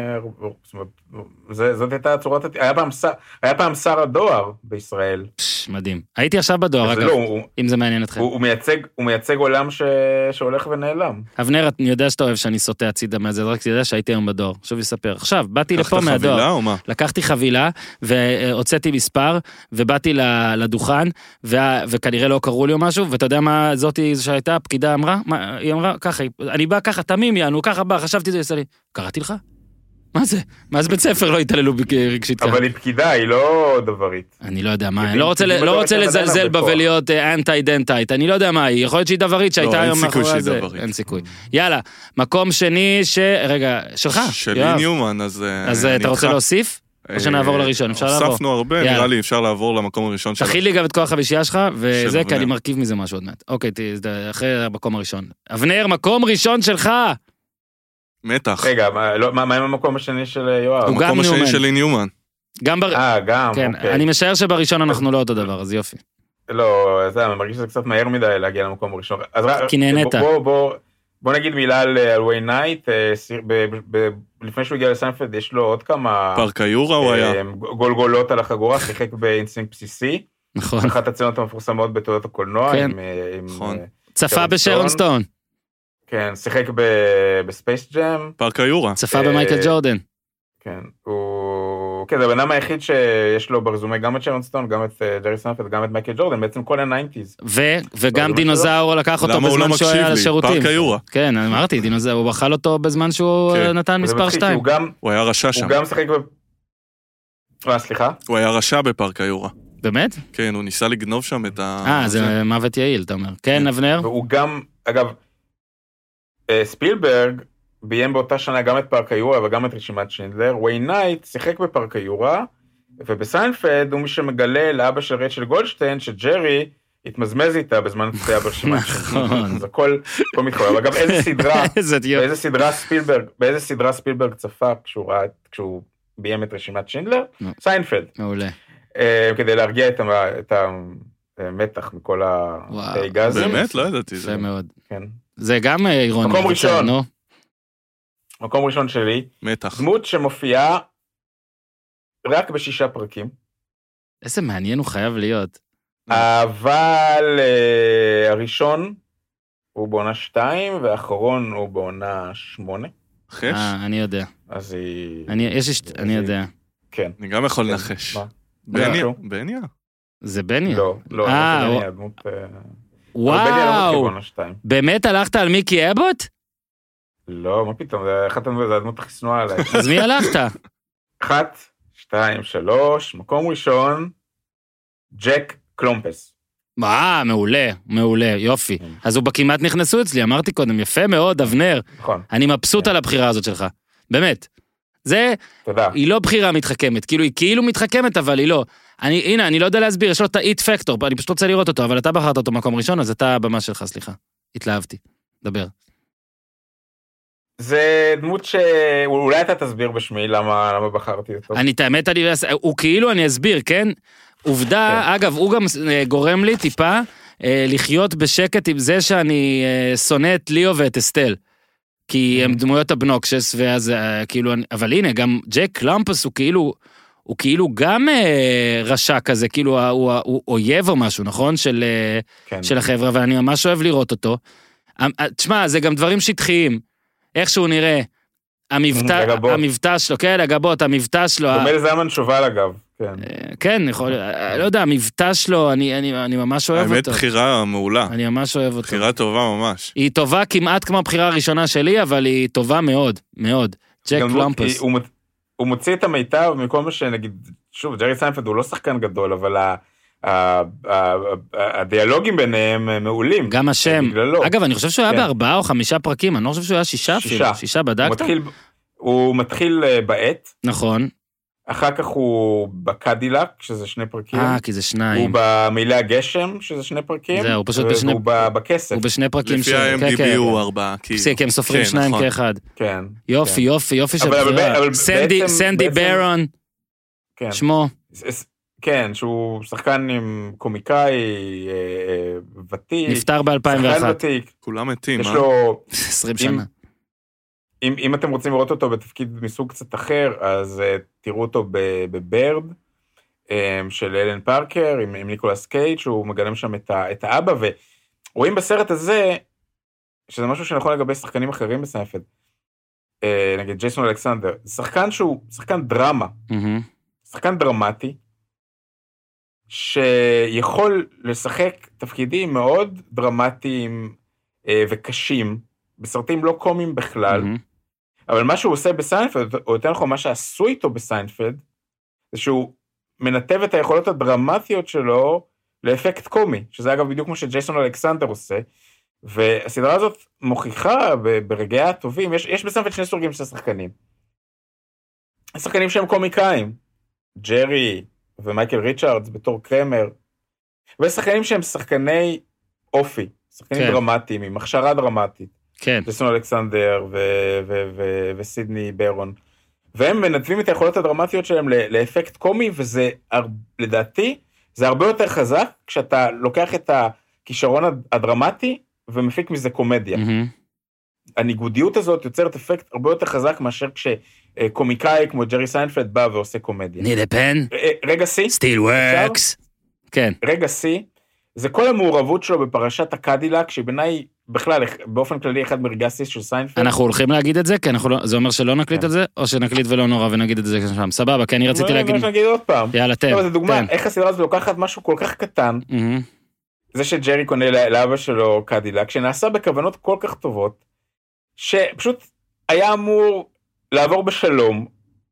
Speaker 4: זאת הייתה צורת, היה פעם שר הדואר בישראל.
Speaker 3: מדהים. הייתי עכשיו בדואר, אגב, אם זה מעניין אתכם.
Speaker 4: הוא מייצג עולם שהולך ונעלם.
Speaker 3: אבנר, אני יודע שאתה אוהב שאני סוטה הצידה מהזה, רק תדע שהייתי היום בדואר. שוב יספר. עכשיו, באתי לפה מהדואר. לקחתי חבילה, והוצאתי מספר, ובאתי לדוכן, וכנראה לא קראו לי או משהו, ואתה יודע מה זאתי שהייתה, פקידה אמרה? היא אמרה, ככה, אני בא ככה, תמים יענו, ככה בא, חשבתי זה יעשה לי. קראתי לך? מה זה? מה זה בית ספר לא התעללו רגשית ככה?
Speaker 4: אבל היא פקידה, היא לא דברית.
Speaker 3: אני לא יודע מה, אני לא רוצה לזלזל בה ולהיות אנטי-דנטייט, אני לא יודע מה היא, יכול להיות שהיא דברית שהייתה היום מאחורי זה. אין סיכוי. יאללה, מקום שני רגע, שלך.
Speaker 5: שלי ניומן,
Speaker 3: אז אתה רוצה להוסיף? או שנעבור לראשון, אפשר לעבור?
Speaker 5: הוספנו הרבה, נראה לי אפשר לעבור למקום הראשון שלך.
Speaker 3: תכיל לי גם את כל החבישייה שלך, וזה כי אני מרכיב מזה משהו עוד מעט. אוקיי, אחרי המקום הראשון. אבנר, מקום ראשון שלך!
Speaker 5: מתח.
Speaker 4: רגע, מה עם המקום השני של יואב?
Speaker 5: המקום השני שלי ניומן.
Speaker 3: גם כן,
Speaker 4: אוקיי.
Speaker 3: אני משער שבראשון אנחנו לא אותו דבר, אז יופי.
Speaker 4: לא, אני מרגיש שזה קצת מהר מדי להגיע למקום הראשון.
Speaker 3: כי נהנית.
Speaker 4: בוא נגיד מילה על ווי נייט, לפני שהוא הגיע לסיינפלד יש לו עוד כמה...
Speaker 5: פארק היורה הוא היה.
Speaker 4: גולגולות על החגורה, שיחק באינסטינקט בסיסי.
Speaker 3: נכון.
Speaker 4: אחת הצנות המפורסמות בתולדות הקולנוע.
Speaker 3: כן.
Speaker 5: נכון.
Speaker 3: צפה בשרון סטון.
Speaker 4: כן, שיחק בספייס ג'ם.
Speaker 5: פארק היורה.
Speaker 3: צפה במייקל ג'ורדן.
Speaker 4: כן, כן, זה הבנם היחיד שיש לו ברזומי גם את שרון סטון, גם את ג'רי סיינפלד, גם את מייקל ג'ורדן, בעצם כל ה-90s.
Speaker 3: וגם דינוזאור לקח אותו בזמן שהוא היה לשירותים.
Speaker 5: פארק היורה.
Speaker 3: כן, אמרתי, דינוזאור, הוא בחל אותו בזמן שהוא נתן מספר 2.
Speaker 5: הוא היה רשע שם.
Speaker 4: הוא גם שיחק סליחה?
Speaker 5: הוא היה רשע בפארק היורה.
Speaker 3: באמת?
Speaker 5: כן, הוא ניסה לגנוב שם את ה...
Speaker 3: זה מוות יעיל, אתה אומר. כן, אבנר?
Speaker 4: והוא גם, אגב, ספילברג ביים באותה שנה גם את פארק היורה וגם את רשימת שינדלר. ווי נייט שיחק בפארק היורה, ובסיינפלד הוא מי שמגלה לאבא של רייצ'ל גולדשטיין שג'רי התמזמז איתה בזמן צפייה ברשימת שינדלר. אז הכל מתחולל. אגב, באיזה סדרה ספילברג צפה כשהוא ביים את רשימת שינדלר? סיינפלד.
Speaker 3: מעולה.
Speaker 4: כדי להרגיע את המתח מכל הגז.
Speaker 5: באמת? לא ידעתי.
Speaker 3: זה מאוד.
Speaker 4: כן.
Speaker 3: זה גם אירוני.
Speaker 4: מקום ראשון שלי.
Speaker 5: מתח.
Speaker 4: דמות שמופיעה רק ב6 פרקים.
Speaker 3: איזה מעניין הוא חייב להיות.
Speaker 4: אבל הראשון הוא בעונה 2, והאחרון הוא בעונה 8.
Speaker 5: חש?
Speaker 3: אני יודע.
Speaker 4: אז היא...
Speaker 3: אני יודע.
Speaker 4: כן.
Speaker 5: אני גם יכול לנחש.
Speaker 4: מה?
Speaker 5: בניה?
Speaker 4: משהו?
Speaker 5: בניה?
Speaker 3: זה בניה.
Speaker 4: לא, לא,
Speaker 3: וואו.
Speaker 4: בניה, הדמות... אבל בניה לא מתחיל בעונה 2.
Speaker 3: באמת הלכת על מיקי אבוט?
Speaker 4: לא, מה פתאום, זה הדמות הכי שנואה עליי.
Speaker 3: אז מי הלכת?
Speaker 4: 1, 2, 3, מקום ראשון, ג'ק קלומפס.
Speaker 3: מעולה, יופי. אז הוא בכמעט נכנסו אצלי, אמרתי קודם, יפה מאוד, אבנר.
Speaker 4: נכון.
Speaker 3: אני מבסוט על הבחירה הזאת שלך. באמת.
Speaker 4: תודה.
Speaker 3: היא לא בחירה מתחכמת, כאילו היא כאילו מתחכמת, אבל היא לא. הנה, אני לא יודע להסביר, יש לו את ה-It Factor, אני פשוט רוצה לראות אותו, אבל אתה בחרת אותו מקום ראשון, אז אתה הבמה שלך, סליחה. התלהבתי. דבר.
Speaker 4: זה דמות שאולי אתה תסביר בשמי למה בחרתי אותו.
Speaker 3: האמת, הוא כאילו, אני אסביר, כן? עובדה, אגב, הוא גם גורם לי טיפה לחיות בשקט עם זה שאני שונא את ליאו ואת אסטל. כי הם דמויות הבנוקשס, ואז כאילו, אבל הנה, גם ג'ק קלומפס הוא כאילו גם רשע כזה, כאילו הוא אויב או משהו, נכון? של החבר'ה, ואני ממש אוהב לראות אותו. תשמע, זה גם דברים שטחיים. איך שהוא נראה, המבטא שלו, כן, הגבות, המבטא שלו.
Speaker 4: דומה לזמן שובל אגב, כן.
Speaker 3: כן, לא יודע, המבטא שלו, אני ממש אוהב אותו.
Speaker 5: האמת בחירה מעולה.
Speaker 3: אני ממש אוהב אותו.
Speaker 5: בחירה טובה ממש.
Speaker 3: היא טובה כמעט כמו הבחירה הראשונה שלי, אבל היא טובה מאוד, מאוד. ג'ק קלומפס.
Speaker 4: הוא מוציא את המיטב מכל מה שנגיד, שוב, ג'רי סיינפלד הוא לא שחקן גדול, אבל הדיאלוגים ביניהם מעולים.
Speaker 3: גם השם. אגב, אני חושב שהוא היה ב4 או 5 פרקים, אני לא חושב שהוא היה 6 אפילו. 6 בדקת?
Speaker 4: הוא מתחיל בעת.
Speaker 3: נכון.
Speaker 4: אחר כך הוא בקדילק, שזה 2 פרקים.
Speaker 3: כי זה 2.
Speaker 4: הוא במילה הגשם, שזה 2 פרקים.
Speaker 3: זהו, פשוט בשני...
Speaker 4: והוא בכסף.
Speaker 3: הוא ב2 פרקים.
Speaker 5: לפי ה-MDB הוא 4.
Speaker 3: כי הם סופרים 2 כאחד.
Speaker 4: כן.
Speaker 3: יופי של בחירה. סנדי ברון. שמו.
Speaker 4: כן, שהוא שחקן עם קומיקאי ותיק.
Speaker 3: נפטר ב-2001.
Speaker 5: כולם מתים,
Speaker 4: יש לו...
Speaker 3: 20 שנה.
Speaker 4: אם אתם רוצים לראות אותו בתפקיד מסוג קצת אחר, אז תראו אותו בברד, של אלן פארקר, עם ניקולס קייג', שהוא מגלם שם את האבא, ורואים בסרט הזה, שזה משהו שנכון לגבי שחקנים אחרים בסיינפלד, נגיד ג'ייסון אלכסנדר, שחקן שהוא שחקן דרמה, שחקן דרמטי, שיכול לשחק תפקידים מאוד דרמטיים וקשים, בסרטים לא קומיים בכלל, אבל מה שהוא עושה בסיינפלד, או יותר נכון מה שעשו איתו בסיינפלד, זה שהוא מנתב את היכולות הדרמטיות שלו לאפקט קומי, שזה אגב בדיוק כמו שג'ייסון אלכסנדר עושה, והסדרה הזאת מוכיחה ברגעיה הטובים, יש בסיינפלד 2 סוגים של שחקנים. שחקנים שהם קומיקאים, ג'רי ומייקל ריצ'ארדס בתור קרמר, ושחקנים שהם שחקני אופי, שחקנים דרמטיים, עם הכשרה דרמטית.
Speaker 3: כן.
Speaker 4: ג'ייסון אלכסנדר וסידני ברון. והם מנתבים את היכולות הדרמטיות שלהם לאפקט קומי, וזה, לדעתי, זה הרבה יותר חזק, כשאתה לוקח את הכישרון הדרמטי, ומפיק מזה קומדיה. הניגודיות הזאת יוצרת אפקט הרבה יותר חזק, מאשר כשקומיקאי כמו ג'רי סיינפלד בא ועושה קומדיה.
Speaker 3: need a pen?
Speaker 4: רגע C.
Speaker 3: still works. כן.
Speaker 4: רגע C, זה כל המעורבות שלו בפרשת הקדילק, שבעיניי בכלל, באופן כללי, אחד מרגעי השיא של סיינפלד.
Speaker 3: אנחנו הולכים להגיד את זה? כי זה אומר שלא נקליט את זה? או שנקליט ולא נורא ונגיד את זה שם? סבבה, כי אני רציתי להגיד...
Speaker 4: נגיד עוד פעם.
Speaker 3: יאללה, תן.
Speaker 4: זה דוגמה, איך הסדרה הזאת לוקחת משהו כל כך קטן, זה שג'רי קונה לאבא שלו קדילק, שנעשה בכוונות כל כך טובות, שפשוט היה אמור לעבור בשלום,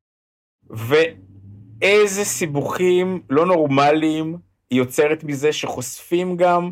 Speaker 4: ואיזה סיבוכים לא נורמליים היא יוצרת מזה, שחושפים גם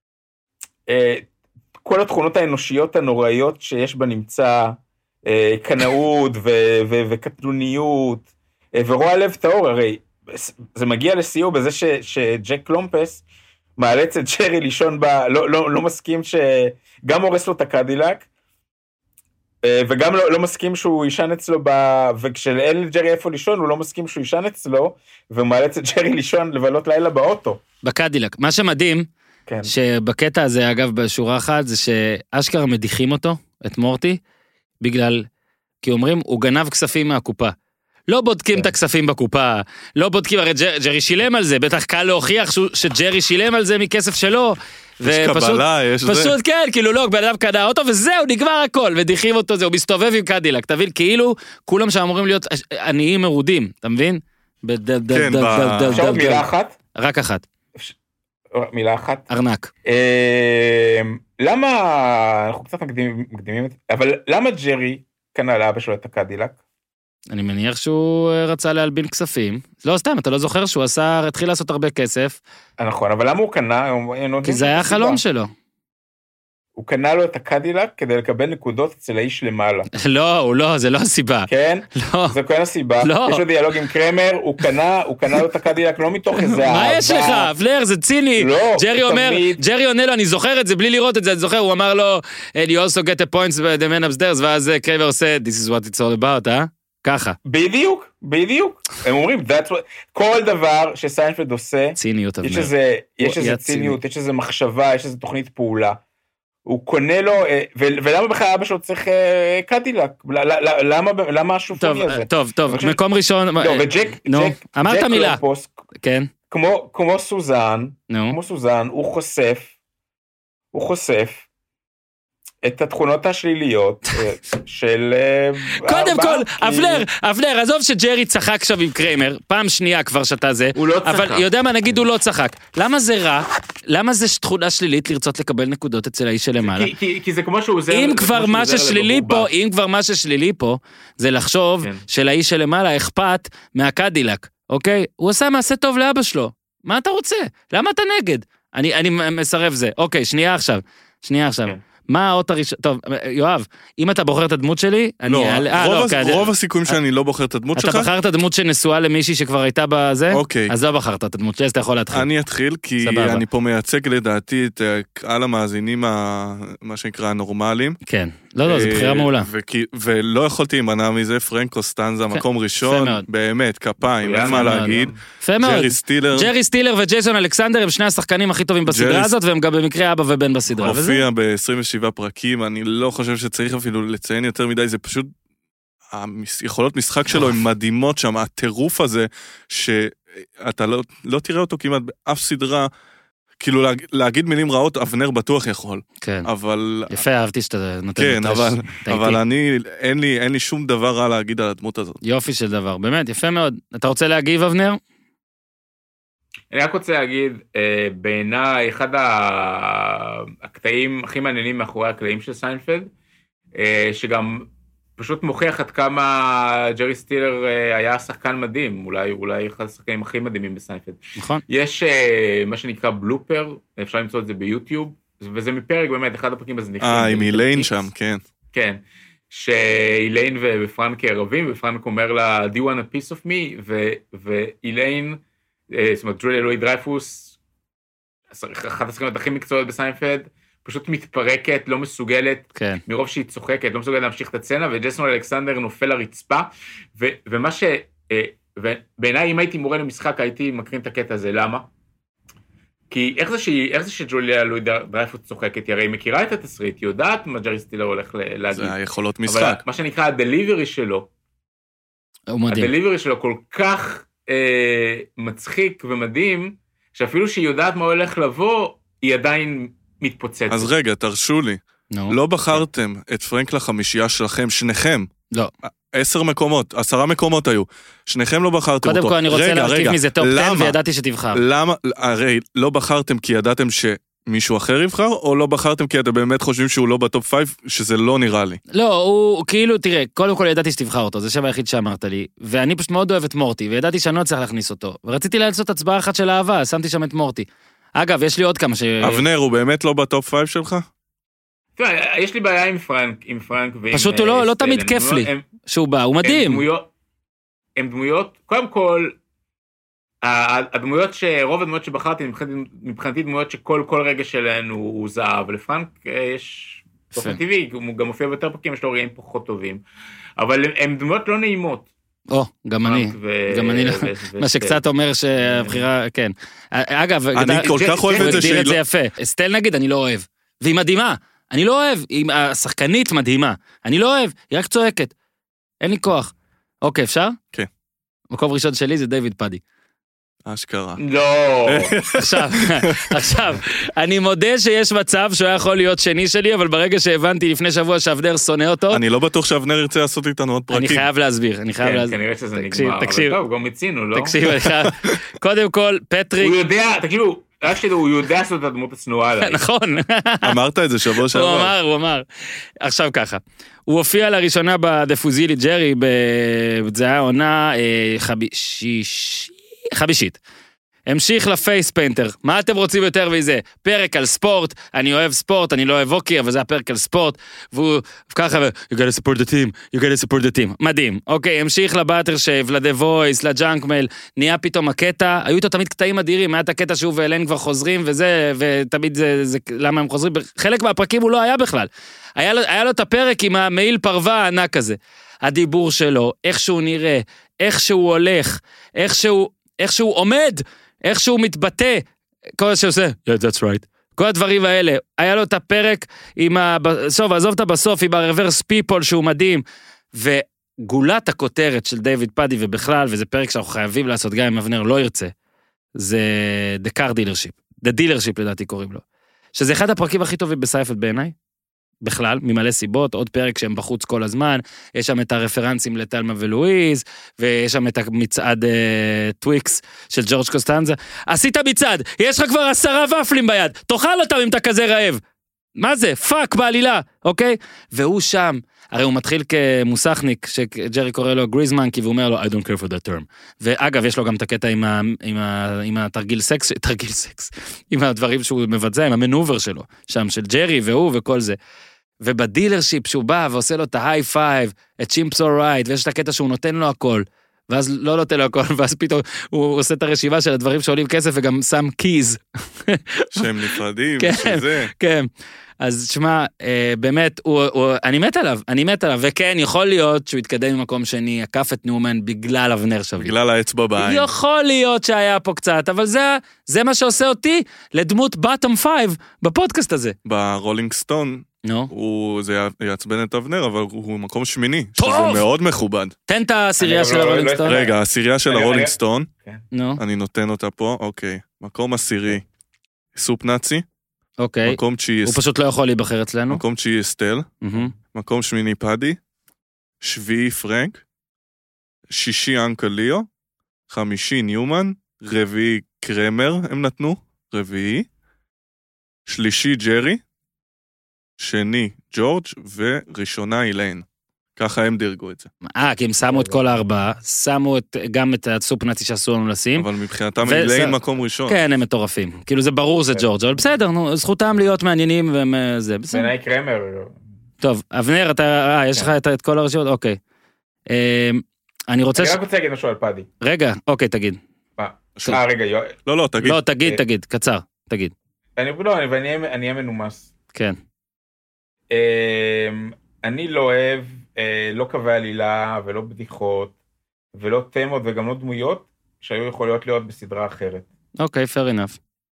Speaker 4: כל התכונות האנושיות הנוראיות שיש בנמצא, קנאות וקטנוניות, ורוע לב טהור, הרי זה מגיע לסיום בזה שג'ק קלומפס מאלץ את ג'רי לישון בה, לא מסכים שגם הורס לו את הקדילק, וגם לא מסכים שהוא ישן אצלו, וכשאין לג'רי איפה לישון, הוא לא מסכים שהוא ישן אצלו, ומאלץ את ג'רי לישון לבלות לילה באוטו.
Speaker 3: בקדילק. מה שמדהים,
Speaker 4: כן.
Speaker 3: שבקטע הזה, אגב, בשורה אחת, זה שאשכרה מדיחים אותו, את מורטי, כי אומרים, הוא גנב כספים מהקופה. לא בודקים את הכספים בקופה, לא בודקים, הרי ג'רי שילם על זה, בטח קל להוכיח שג'רי שילם על זה מכסף שלו,
Speaker 5: יש קבלה, יש זה.
Speaker 3: פשוט כן, כאילו לא, בן אדם קנה אוטו וזהו, נגמר הכל, ודיחים אותו, זהו, מסתובב עם קדילק, תבין, כאילו, כולם שאמורים להיות עניים מרודים, אתה מבין?
Speaker 5: כן,
Speaker 4: עכשיו מילה אחת?
Speaker 3: רק אחת.
Speaker 4: מילה אחת?
Speaker 3: ארנק.
Speaker 4: למה, אנחנו קצת מקדימים, אבל למה ג'רי קנה לאבא שלו את הקדילק?
Speaker 3: אני מניח שהוא רצה להלבין כספים. לא סתם, אתה לא זוכר שהוא התחיל לעשות הרבה כסף.
Speaker 4: נכון, אבל למה הוא קנה?
Speaker 3: כי זה היה החלום שלו.
Speaker 4: הוא קנה לו את הקדילק כדי לקבל נקודות אצל האיש למעלה.
Speaker 3: לא, זה לא הסיבה.
Speaker 4: כן?
Speaker 3: לא.
Speaker 4: זה כל הסיבה.
Speaker 3: לא.
Speaker 4: יש לו דיאלוג עם קרמר, הוא קנה לו את הקדילק לא מתוך איזה אהבה.
Speaker 3: מה יש לך? פלר, זה ציני.
Speaker 4: לא,
Speaker 3: ג'רי עונה לו, אני זוכר את זה בלי לראות את זה, אני זוכר, הוא אמר לו, and you also get a points by the man upstairs, ואז קרמר עושה, this is what it's all about, ככה.
Speaker 4: בדיוק. הם אומרים, כל דבר שסיינפלד עושה,
Speaker 3: ציניות,
Speaker 4: יש איזה ציניות, יש איזה מחשבה, יש איזה תוכנית פעולה. הוא קונה לו, ולמה בכלל אבא שלו צריך קדילק? למה השופוני הזה?
Speaker 3: טוב, מקום ראשון,
Speaker 4: לא, וג'ק,
Speaker 3: אמרת מילה. כן.
Speaker 4: כמו סוזן, הוא חושף את התכונות השליליות של...
Speaker 3: קודם כל, אבנר, עזוב שג'רי צחק עכשיו עם קריימר, פעם שנייה כבר שאתה זה,
Speaker 4: הוא לא צחק.
Speaker 3: אבל יודע מה, נגיד הוא לא צחק. למה זה רע? למה זה תכונה שלילית לרצות לקבל נקודות אצל האיש שלמעלה?
Speaker 4: כי זה כמו שהוא עוזר...
Speaker 3: אם כבר מה ששלילי פה, זה לחשוב שלאיש שלמעלה אכפת מהקדילק, אוקיי? הוא עושה מעשה טוב לאבא שלו. מה אתה רוצה? למה אתה נגד? אני מסרב זה. אוקיי, שנייה עכשיו. מה האות הראשון? טוב, יואב, אם אתה בוחר את הדמות שלי,
Speaker 5: רוב הסיכויים שאני לא בוחר את הדמות שלך.
Speaker 3: אתה בחרת דמות שנשואה למישהי שכבר הייתה בזה?
Speaker 5: אוקיי.
Speaker 3: אז לא בחרת את הדמות שלי, אז אתה יכול להתחיל.
Speaker 5: אני אתחיל, כי אני פה מייצג לדעתי את קהל המאזינים, מה שנקרא הנורמליים.
Speaker 3: כן. לא, זו בחירה מעולה.
Speaker 5: ולא יכולתי להימנע מזה, פרנק קוסטנזה, מקום ראשון, באמת, כפיים, אין מה להגיד.
Speaker 3: ג'רי סטילר וג'ייסון אלכסנדר הם שני השחקנים הכי טובים בסדרה הזאת, והם גם במקרה אבא ובן בסדרה.
Speaker 5: הופיע ב-27 פרקים, אני לא חושב שצריך אפילו לציין יותר מדי, זה פשוט, היכולות משחק שלו הן מדהימות שם, הטירוף הזה, שאתה לא תראה אותו כמעט באף סדרה, כאילו להגיד מילים רעות, אבנר בטוח יכול.
Speaker 3: כן.
Speaker 5: אבל...
Speaker 3: יפה, אהבתי שאתה נותן...
Speaker 5: כן, אבל אין לי שום דבר רע להגיד על הדמות הזאת.
Speaker 3: יופי של דבר, באמת, יפה מאוד. אתה רוצה להגיב, אבנר?
Speaker 4: אני רק רוצה להגיד, בעיניי, אחד הקטעים הכי מעניינים מאחורי הקטעים של סיינפלד, שגם פשוט מוכיח עד כמה ג'רי סטילר היה שחקן מדהים, אולי אחד השחקנים הכי מדהימים בסיינפלד.
Speaker 3: נכון.
Speaker 4: יש מה שנקרא בלופר, אפשר למצוא את זה ביוטיוב, וזה מפרק באמת, אחד הפרקים הזניחים.
Speaker 5: עם איליין שם, כן.
Speaker 4: כן, שאיליין ופרנק רבים, ופרנק אומר לה, do you want a piece of me? ואיליין, זאת אומרת, ג'וליה לואי דרייפוס, אחת השחקנות הכי מקצועיות בסיינפלד, פשוט מתפרקת, לא מסוגלת,
Speaker 3: כן.
Speaker 4: מרוב שהיא צוחקת, לא מסוגלת להמשיך את הסצנה, וג'ייסון אלכסנדר נופל לרצפה, ומה ובעיניי, אם הייתי מורה למשחק, הייתי מקרין את הקטע הזה, למה? כי איך זה שג'וליה לואי דרייפוס צוחקת, הרי היא מכירה את התסריט, היא יודעת מה ג'רי סטילר הולך להגיד.
Speaker 5: זה היכולות משחק.
Speaker 4: אבל מה שנקרא, הדליברי שלו, הדליברי שלו כל כך מצחיק ומדהים, שאפילו שהיא יודעת מה הולך לבוא, היא עדיין מתפוצצת.
Speaker 5: אז רגע, תרשו לי. לא בחרתם את פרנק לחמישייה שלכם, שניכם.
Speaker 3: לא.
Speaker 5: 10 מקומות, 10 מקומות היו. שניכם לא בחרתם אותו.
Speaker 3: קודם כל אני רוצה להרכיב מזה טופ 10 וידעתי שתבחר.
Speaker 5: למה? הרי לא בחרתם כי ידעתם שמישהו אחר יבחר, או לא בחרתם כי אתם באמת חושבים שהוא לא בטופ 5, שזה לא נראה לי?
Speaker 3: לא, הוא כאילו, תראה, קודם כל ידעתי שתבחר אותו, זה שם היחיד שאמרת לי, ואני פשוט מאוד אוהב את מורטי, וידעתי שאני לא צריך להכניס אותו, ורציתי לעשות הצבעה אחת של אהבה, שמתי שם את מורטי. אגב, יש לי עוד כמה
Speaker 5: אבנר, הוא באמת לא בטופ 5 שלך?
Speaker 4: יש לי בעיה עם פרנק ועם...
Speaker 3: פשוט הוא לא תמיד כיף לי שהוא בא, הוא מדהים.
Speaker 4: הם דמויות, קודם כל, רוב הדמויות שבחרתי, מבחינתי דמויות שכל רגע שלהן הוא זהב, ולפרנק יש תוכן טבעי, הוא גם מופיע ביותר פרקים, יש לו רגעים פחות טובים, אבל הם דמויות לא נעימות.
Speaker 3: גם אני, מה שקצת אומר שהבחירה, כן. אגב,
Speaker 5: אני כל כך אוהב את זה
Speaker 3: שהיא לא... יפה. אסטל נגיד, אני לא אוהב. והיא מדהימה. אני לא אוהב. השחקנית מדהימה. אני לא אוהב. היא רק צועקת. אין לי כוח. אוקיי, אפשר?
Speaker 5: כן.
Speaker 3: מקום ראשון שלי זה דיוויד פאדי.
Speaker 5: אשכרה.
Speaker 4: לא.
Speaker 3: עכשיו, אני מודה שיש מצב שהוא היה יכול להיות שני שלי, אבל ברגע שהבנתי לפני שבוע שאבנר שונא אותו,
Speaker 5: אני לא בטוח שאבנר ירצה לעשות איתנו עוד פרקים.
Speaker 3: אני חייב להסביר,
Speaker 4: כן, כנראה שזה נגמר, אבל טוב, גם מצינו, לא?
Speaker 3: תקשיב, קודם כל, פטריק...
Speaker 4: הוא יודע, תקשיבו, רק שתדעו, הוא יודע לעשות את הדמות הצנועה עליי.
Speaker 3: נכון.
Speaker 5: אמרת את זה שבוע שעבר.
Speaker 3: הוא אמר. עכשיו ככה, הוא הופיע לראשונה בדפוזילי ג'רי, זה היה עונה חמישית. המשיך לפייס פיינטר, מה אתם רוצים יותר מזה? פרק על ספורט, אני אוהב ספורט, אני לא אוהב הוקי, אבל זה הפרק על ספורט, והוא ככה, you gotta support the team, you gotta support the team, מדהים. אוקיי, המשיך לבאטר שייב, לדה וויס, לג'אנק מייל, נהיה פתאום הקטע, היו איתו תמיד קטעים אדירים, היה את הקטע שהוא ואלן כבר חוזרים, וזה, ותמיד זה, למה הם חוזרים, חלק מהפרקים הוא לא היה בכלל. היה לו את הפרק עם המעיל פרווה הענק הזה. הדיבור שלו, איך שהוא נראה, איך שהוא הולך, איך שהוא עומד, איך שהוא מתבטא, כל מה שעושה, yeah, that's right. כל הדברים האלה, היה לו את הפרק עם עזוב את בסוף, עם הרוורס פיפול שהוא מדהים, וגולת הכותרת של דיוויד פאדי ובכלל, וזה פרק שאנחנו חייבים לעשות, גם אם אבנר לא ירצה, זה The Car Dealership, The Dealership לדעתי קוראים לו, שזה אחד הפרקים הכי טובים בסייפלד בעיניי, בכלל, ממלא סיבות, עוד פרק שהם בחוץ כל הזמן, יש שם את הרפרנסים לטלמה ולואיז, ויש שם את המצעד טוויקס של ג'ורג' קוסטנזה, עשית מצעד, יש לך כבר 10 ופלים ביד, תאכל אותם אם אתה כזה רעב, מה זה? פאק בעלילה, אוקיי? והוא שם, הרי הוא מתחיל כמוסכניק, שג'רי קורא לו גריזמנקי, והוא אומר לו, I don't care for that term. ואגב, יש לו גם את הקטע עם התרגיל סקס, עם הדברים שהוא מבצע, עם המנובר שלו, שם של ג'רי והוא וכל זה. ובדילרשיפ שהוא בא ועושה לו את ההיי פייב, את צ'ימפס אורייט, ויש את הקטע שהוא נותן לו הכל, ואז לא נותן לו הכל, ואז פתאום הוא עושה את הרשימה של הדברים שעולים כסף, וגם שם קיז.
Speaker 5: שהם נפרדים,
Speaker 3: כן,
Speaker 5: שזה.
Speaker 3: כן. אז תשמע, באמת, אני מת עליו, וכן, יכול להיות שהוא יתקדם ממקום שני, עקף את ניומן בגלל אבנר שביט.
Speaker 5: בגלל האצבע בעין.
Speaker 3: יכול להיות שהיה פה קצת, אבל זה מה שעושה אותי לדמות בוטום 5 בפודקאסט הזה.
Speaker 5: ברולינג סטון, זה יעצבן את אבנר, אבל הוא מקום שמיני, שזה מאוד מכובד.
Speaker 3: תן את הסירייה של הרולינג סטון.
Speaker 5: רגע, הסירייה של הרולינג סטון,
Speaker 3: נו.
Speaker 5: אני נותן אותה פה, אוקיי. מקום עשירי, סופ נאצי.
Speaker 3: אוקיי.
Speaker 5: מקום תשיעי...
Speaker 3: הוא פשוט לא יכול להיבחר אצלנו.
Speaker 5: מקום תשיעי אסטל. מקום שמיני פאדי. שביעי פרנק. שישי אנקל ליאו. חמישי ניומן. רביעי קרמר הם נתנו. רביעי. שלישי ג'רי. שני ג'ורג' וראשונה איליין. ככה הם דירגו את זה.
Speaker 3: כי הם שמו את כל 4, שמו גם את הסופ נאצי שאסור לנו לשים.
Speaker 5: אבל מבחינתם איליין מקום ראשון.
Speaker 3: כן, הם מטורפים. כאילו זה ברור זה ג'ורג', אבל בסדר, זכותם להיות מעניינים וזה, בסדר.
Speaker 4: בעיניי קרמר.
Speaker 3: טוב, אבנר, יש לך את כל הרשימות? אוקיי. אני רוצה...
Speaker 4: אני רק רוצה להגיד משהו על פאדי.
Speaker 3: רגע, אוקיי, תגיד.
Speaker 4: רגע, יואל.
Speaker 5: לא, תגיד.
Speaker 3: לא, תגיד, קצר, תגיד.
Speaker 4: אני אהיה מנומס.
Speaker 3: כן.
Speaker 4: אני לא אוהב, לא קווי עלילה ולא בדיחות ולא תמות וגם לא דמויות שהיו יכולות להיות בסדרה אחרת.
Speaker 3: אוקיי, fair enough.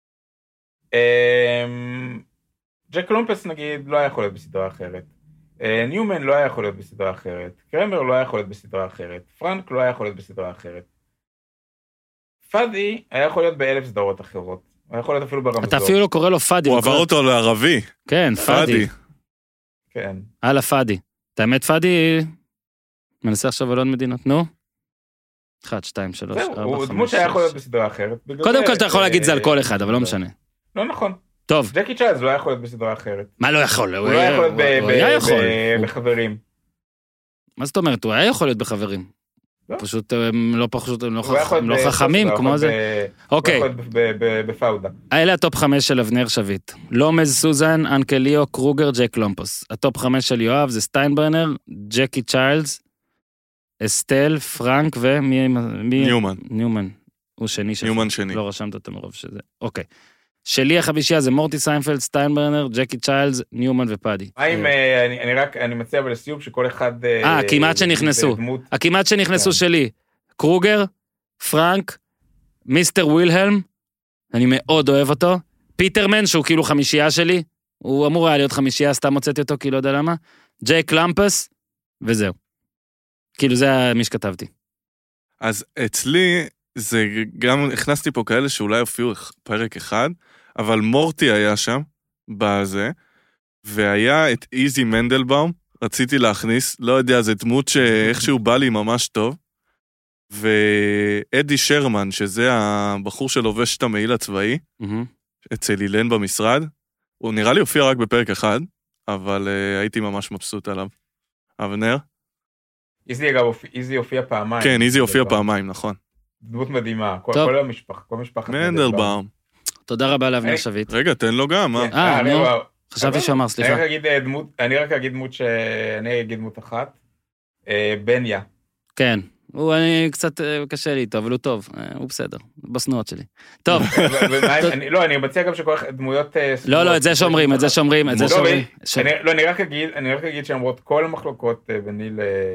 Speaker 4: ג'ק לומפס נגיד לא היה יכול להיות בסדרה אחרת. ניומן לא היה יכול להיות בסדרה אחרת. קרמר לא היה יכול להיות בסדרה אחרת. פרנק לא היה יכול להיות בסדרה אחרת. פאדי היה יכול להיות ב1000 סדרות אחרות. הוא היה יכול להיות אפילו ברמזור.
Speaker 3: אתה אפילו לא קורא לו פאדי.
Speaker 5: הוא עבר אותו לערבי.
Speaker 3: כן, פאדי.
Speaker 4: כן.
Speaker 3: הלאה פאדי. את האמת פאדי מנסה עכשיו על עוד מדינות, נו? 1, 2, 3, 4, 5, 6.
Speaker 4: הוא דמות שהיה יכול להיות בסדרה אחרת.
Speaker 3: קודם כל אתה יכול להגיד זה על כל אחד, אבל לא משנה.
Speaker 4: לא נכון.
Speaker 3: טוב.
Speaker 4: ג'קי צ'יילדס לא היה יכול להיות בסדרה אחרת.
Speaker 3: מה לא יכול?
Speaker 4: הוא לא היה יכול להיות בחברים.
Speaker 3: מה זאת אומרת? הוא היה יכול להיות בחברים. פשוט הם לא חכמים כמו זה. אוקיי.
Speaker 4: הוא יכול להיות בפאודה.
Speaker 3: אלה הטופ 5 של אבנר שביט. לומז, סוזן, אנקל ליאו, קרוגר, ג'ק לומפוס. הטופ 5 של יואב זה סטיינברנר, ג'קי צ'יילדס, אסטל, פרנק ומי... ניומן. הוא שני.
Speaker 5: ניומן שני.
Speaker 3: לא רשמת אותם מרוב שזה. אוקיי. שלי החמישייה זה מורטי סיינפלד, סטיינברנר, ג'קי צ'יילדס, ניומן ופאדי.
Speaker 4: אני מציע לסיום שכל אחד...
Speaker 3: כמעט שנכנסו. הכמעט שנכנסו שלי. קרוגר, פרנק, מיסטר ווילהלם, אני מאוד אוהב אותו. פיטרמן, שהוא כאילו חמישייה שלי, הוא אמור היה להיות חמישייה, סתם מוצאתי אותו, כי לא יודע למה. ג'ייק למפס, וזהו. כאילו זה מי שכתבתי.
Speaker 5: אז אצלי, זה גם, הכנסתי פה כאלה שאולי הופיעו פרק אחד, אבל מורטי היה שם, בזה, והיה את איזי מנדלבאום, רציתי להכניס, לא יודע, זה דמות שאיכשהו בא לי ממש טוב, ואדי שרמן, שזה הבחור שלובש את המעיל הצבאי, אצל אילן במשרד, הוא נראה לי הופיע רק בפרק אחד, אבל הייתי ממש מבסוט עליו. אבנר?
Speaker 4: איזי הופיע פעמיים.
Speaker 5: כן, איזי הופיע פעמיים, נכון.
Speaker 4: דמות מדהימה, כל המשפחת
Speaker 5: מנדלבאום.
Speaker 3: תודה רבה לאבנר שביט.
Speaker 5: רגע, תן לו גם,
Speaker 3: נו, חשבתי שאמר, סליחה.
Speaker 4: אני רק אגיד דמות אחת, בניה.
Speaker 3: כן, אני קצת קשה לי איתו, אבל הוא טוב, הוא בסדר, בסנועות שלי. טוב.
Speaker 4: לא, אני מציע גם שכל דמויות...
Speaker 3: לא, את זה שומרים.
Speaker 4: לא, אני רק אגיד שאמרות כל המחלוקות ביני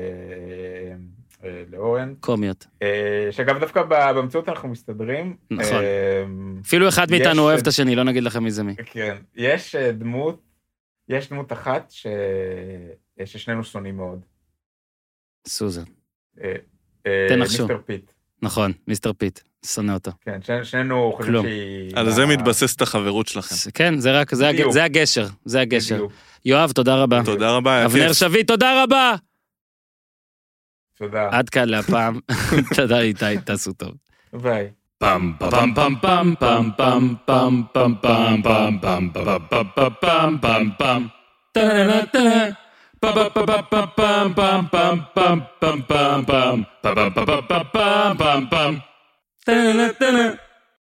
Speaker 4: לאורן.
Speaker 3: קומיות.
Speaker 4: שגם דווקא במציאות אנחנו מסתדרים.
Speaker 3: נכון. אפילו אחד מאיתנו אוהב את השני, לא נגיד לכם מי זה מי.
Speaker 4: כן, יש דמות אחת ששנינו שונאים מאוד.
Speaker 3: סוזן. תנחשו.
Speaker 4: מיסטר פיט.
Speaker 3: נכון, מיסטר פיט, שונא אותו.
Speaker 4: כן, שנינו חושבים שהיא...
Speaker 5: על זה מתבסס את החברות שלכם.
Speaker 3: כן, זה הגשר, זה הגשר. יואב, תודה רבה.
Speaker 5: תודה רבה, היה כיף.
Speaker 3: אבנר שביט, תודה רבה.
Speaker 4: תודה.
Speaker 3: עד כאן להפעם. תודה איתי, תעשו טוב.
Speaker 4: ביי.
Speaker 3: פם פם פם פם פם פם פם פם פם פם פם פם פם פם פם פם Pam pam pam pam pam pam pam pam pam pam pam pam pam pam pam pam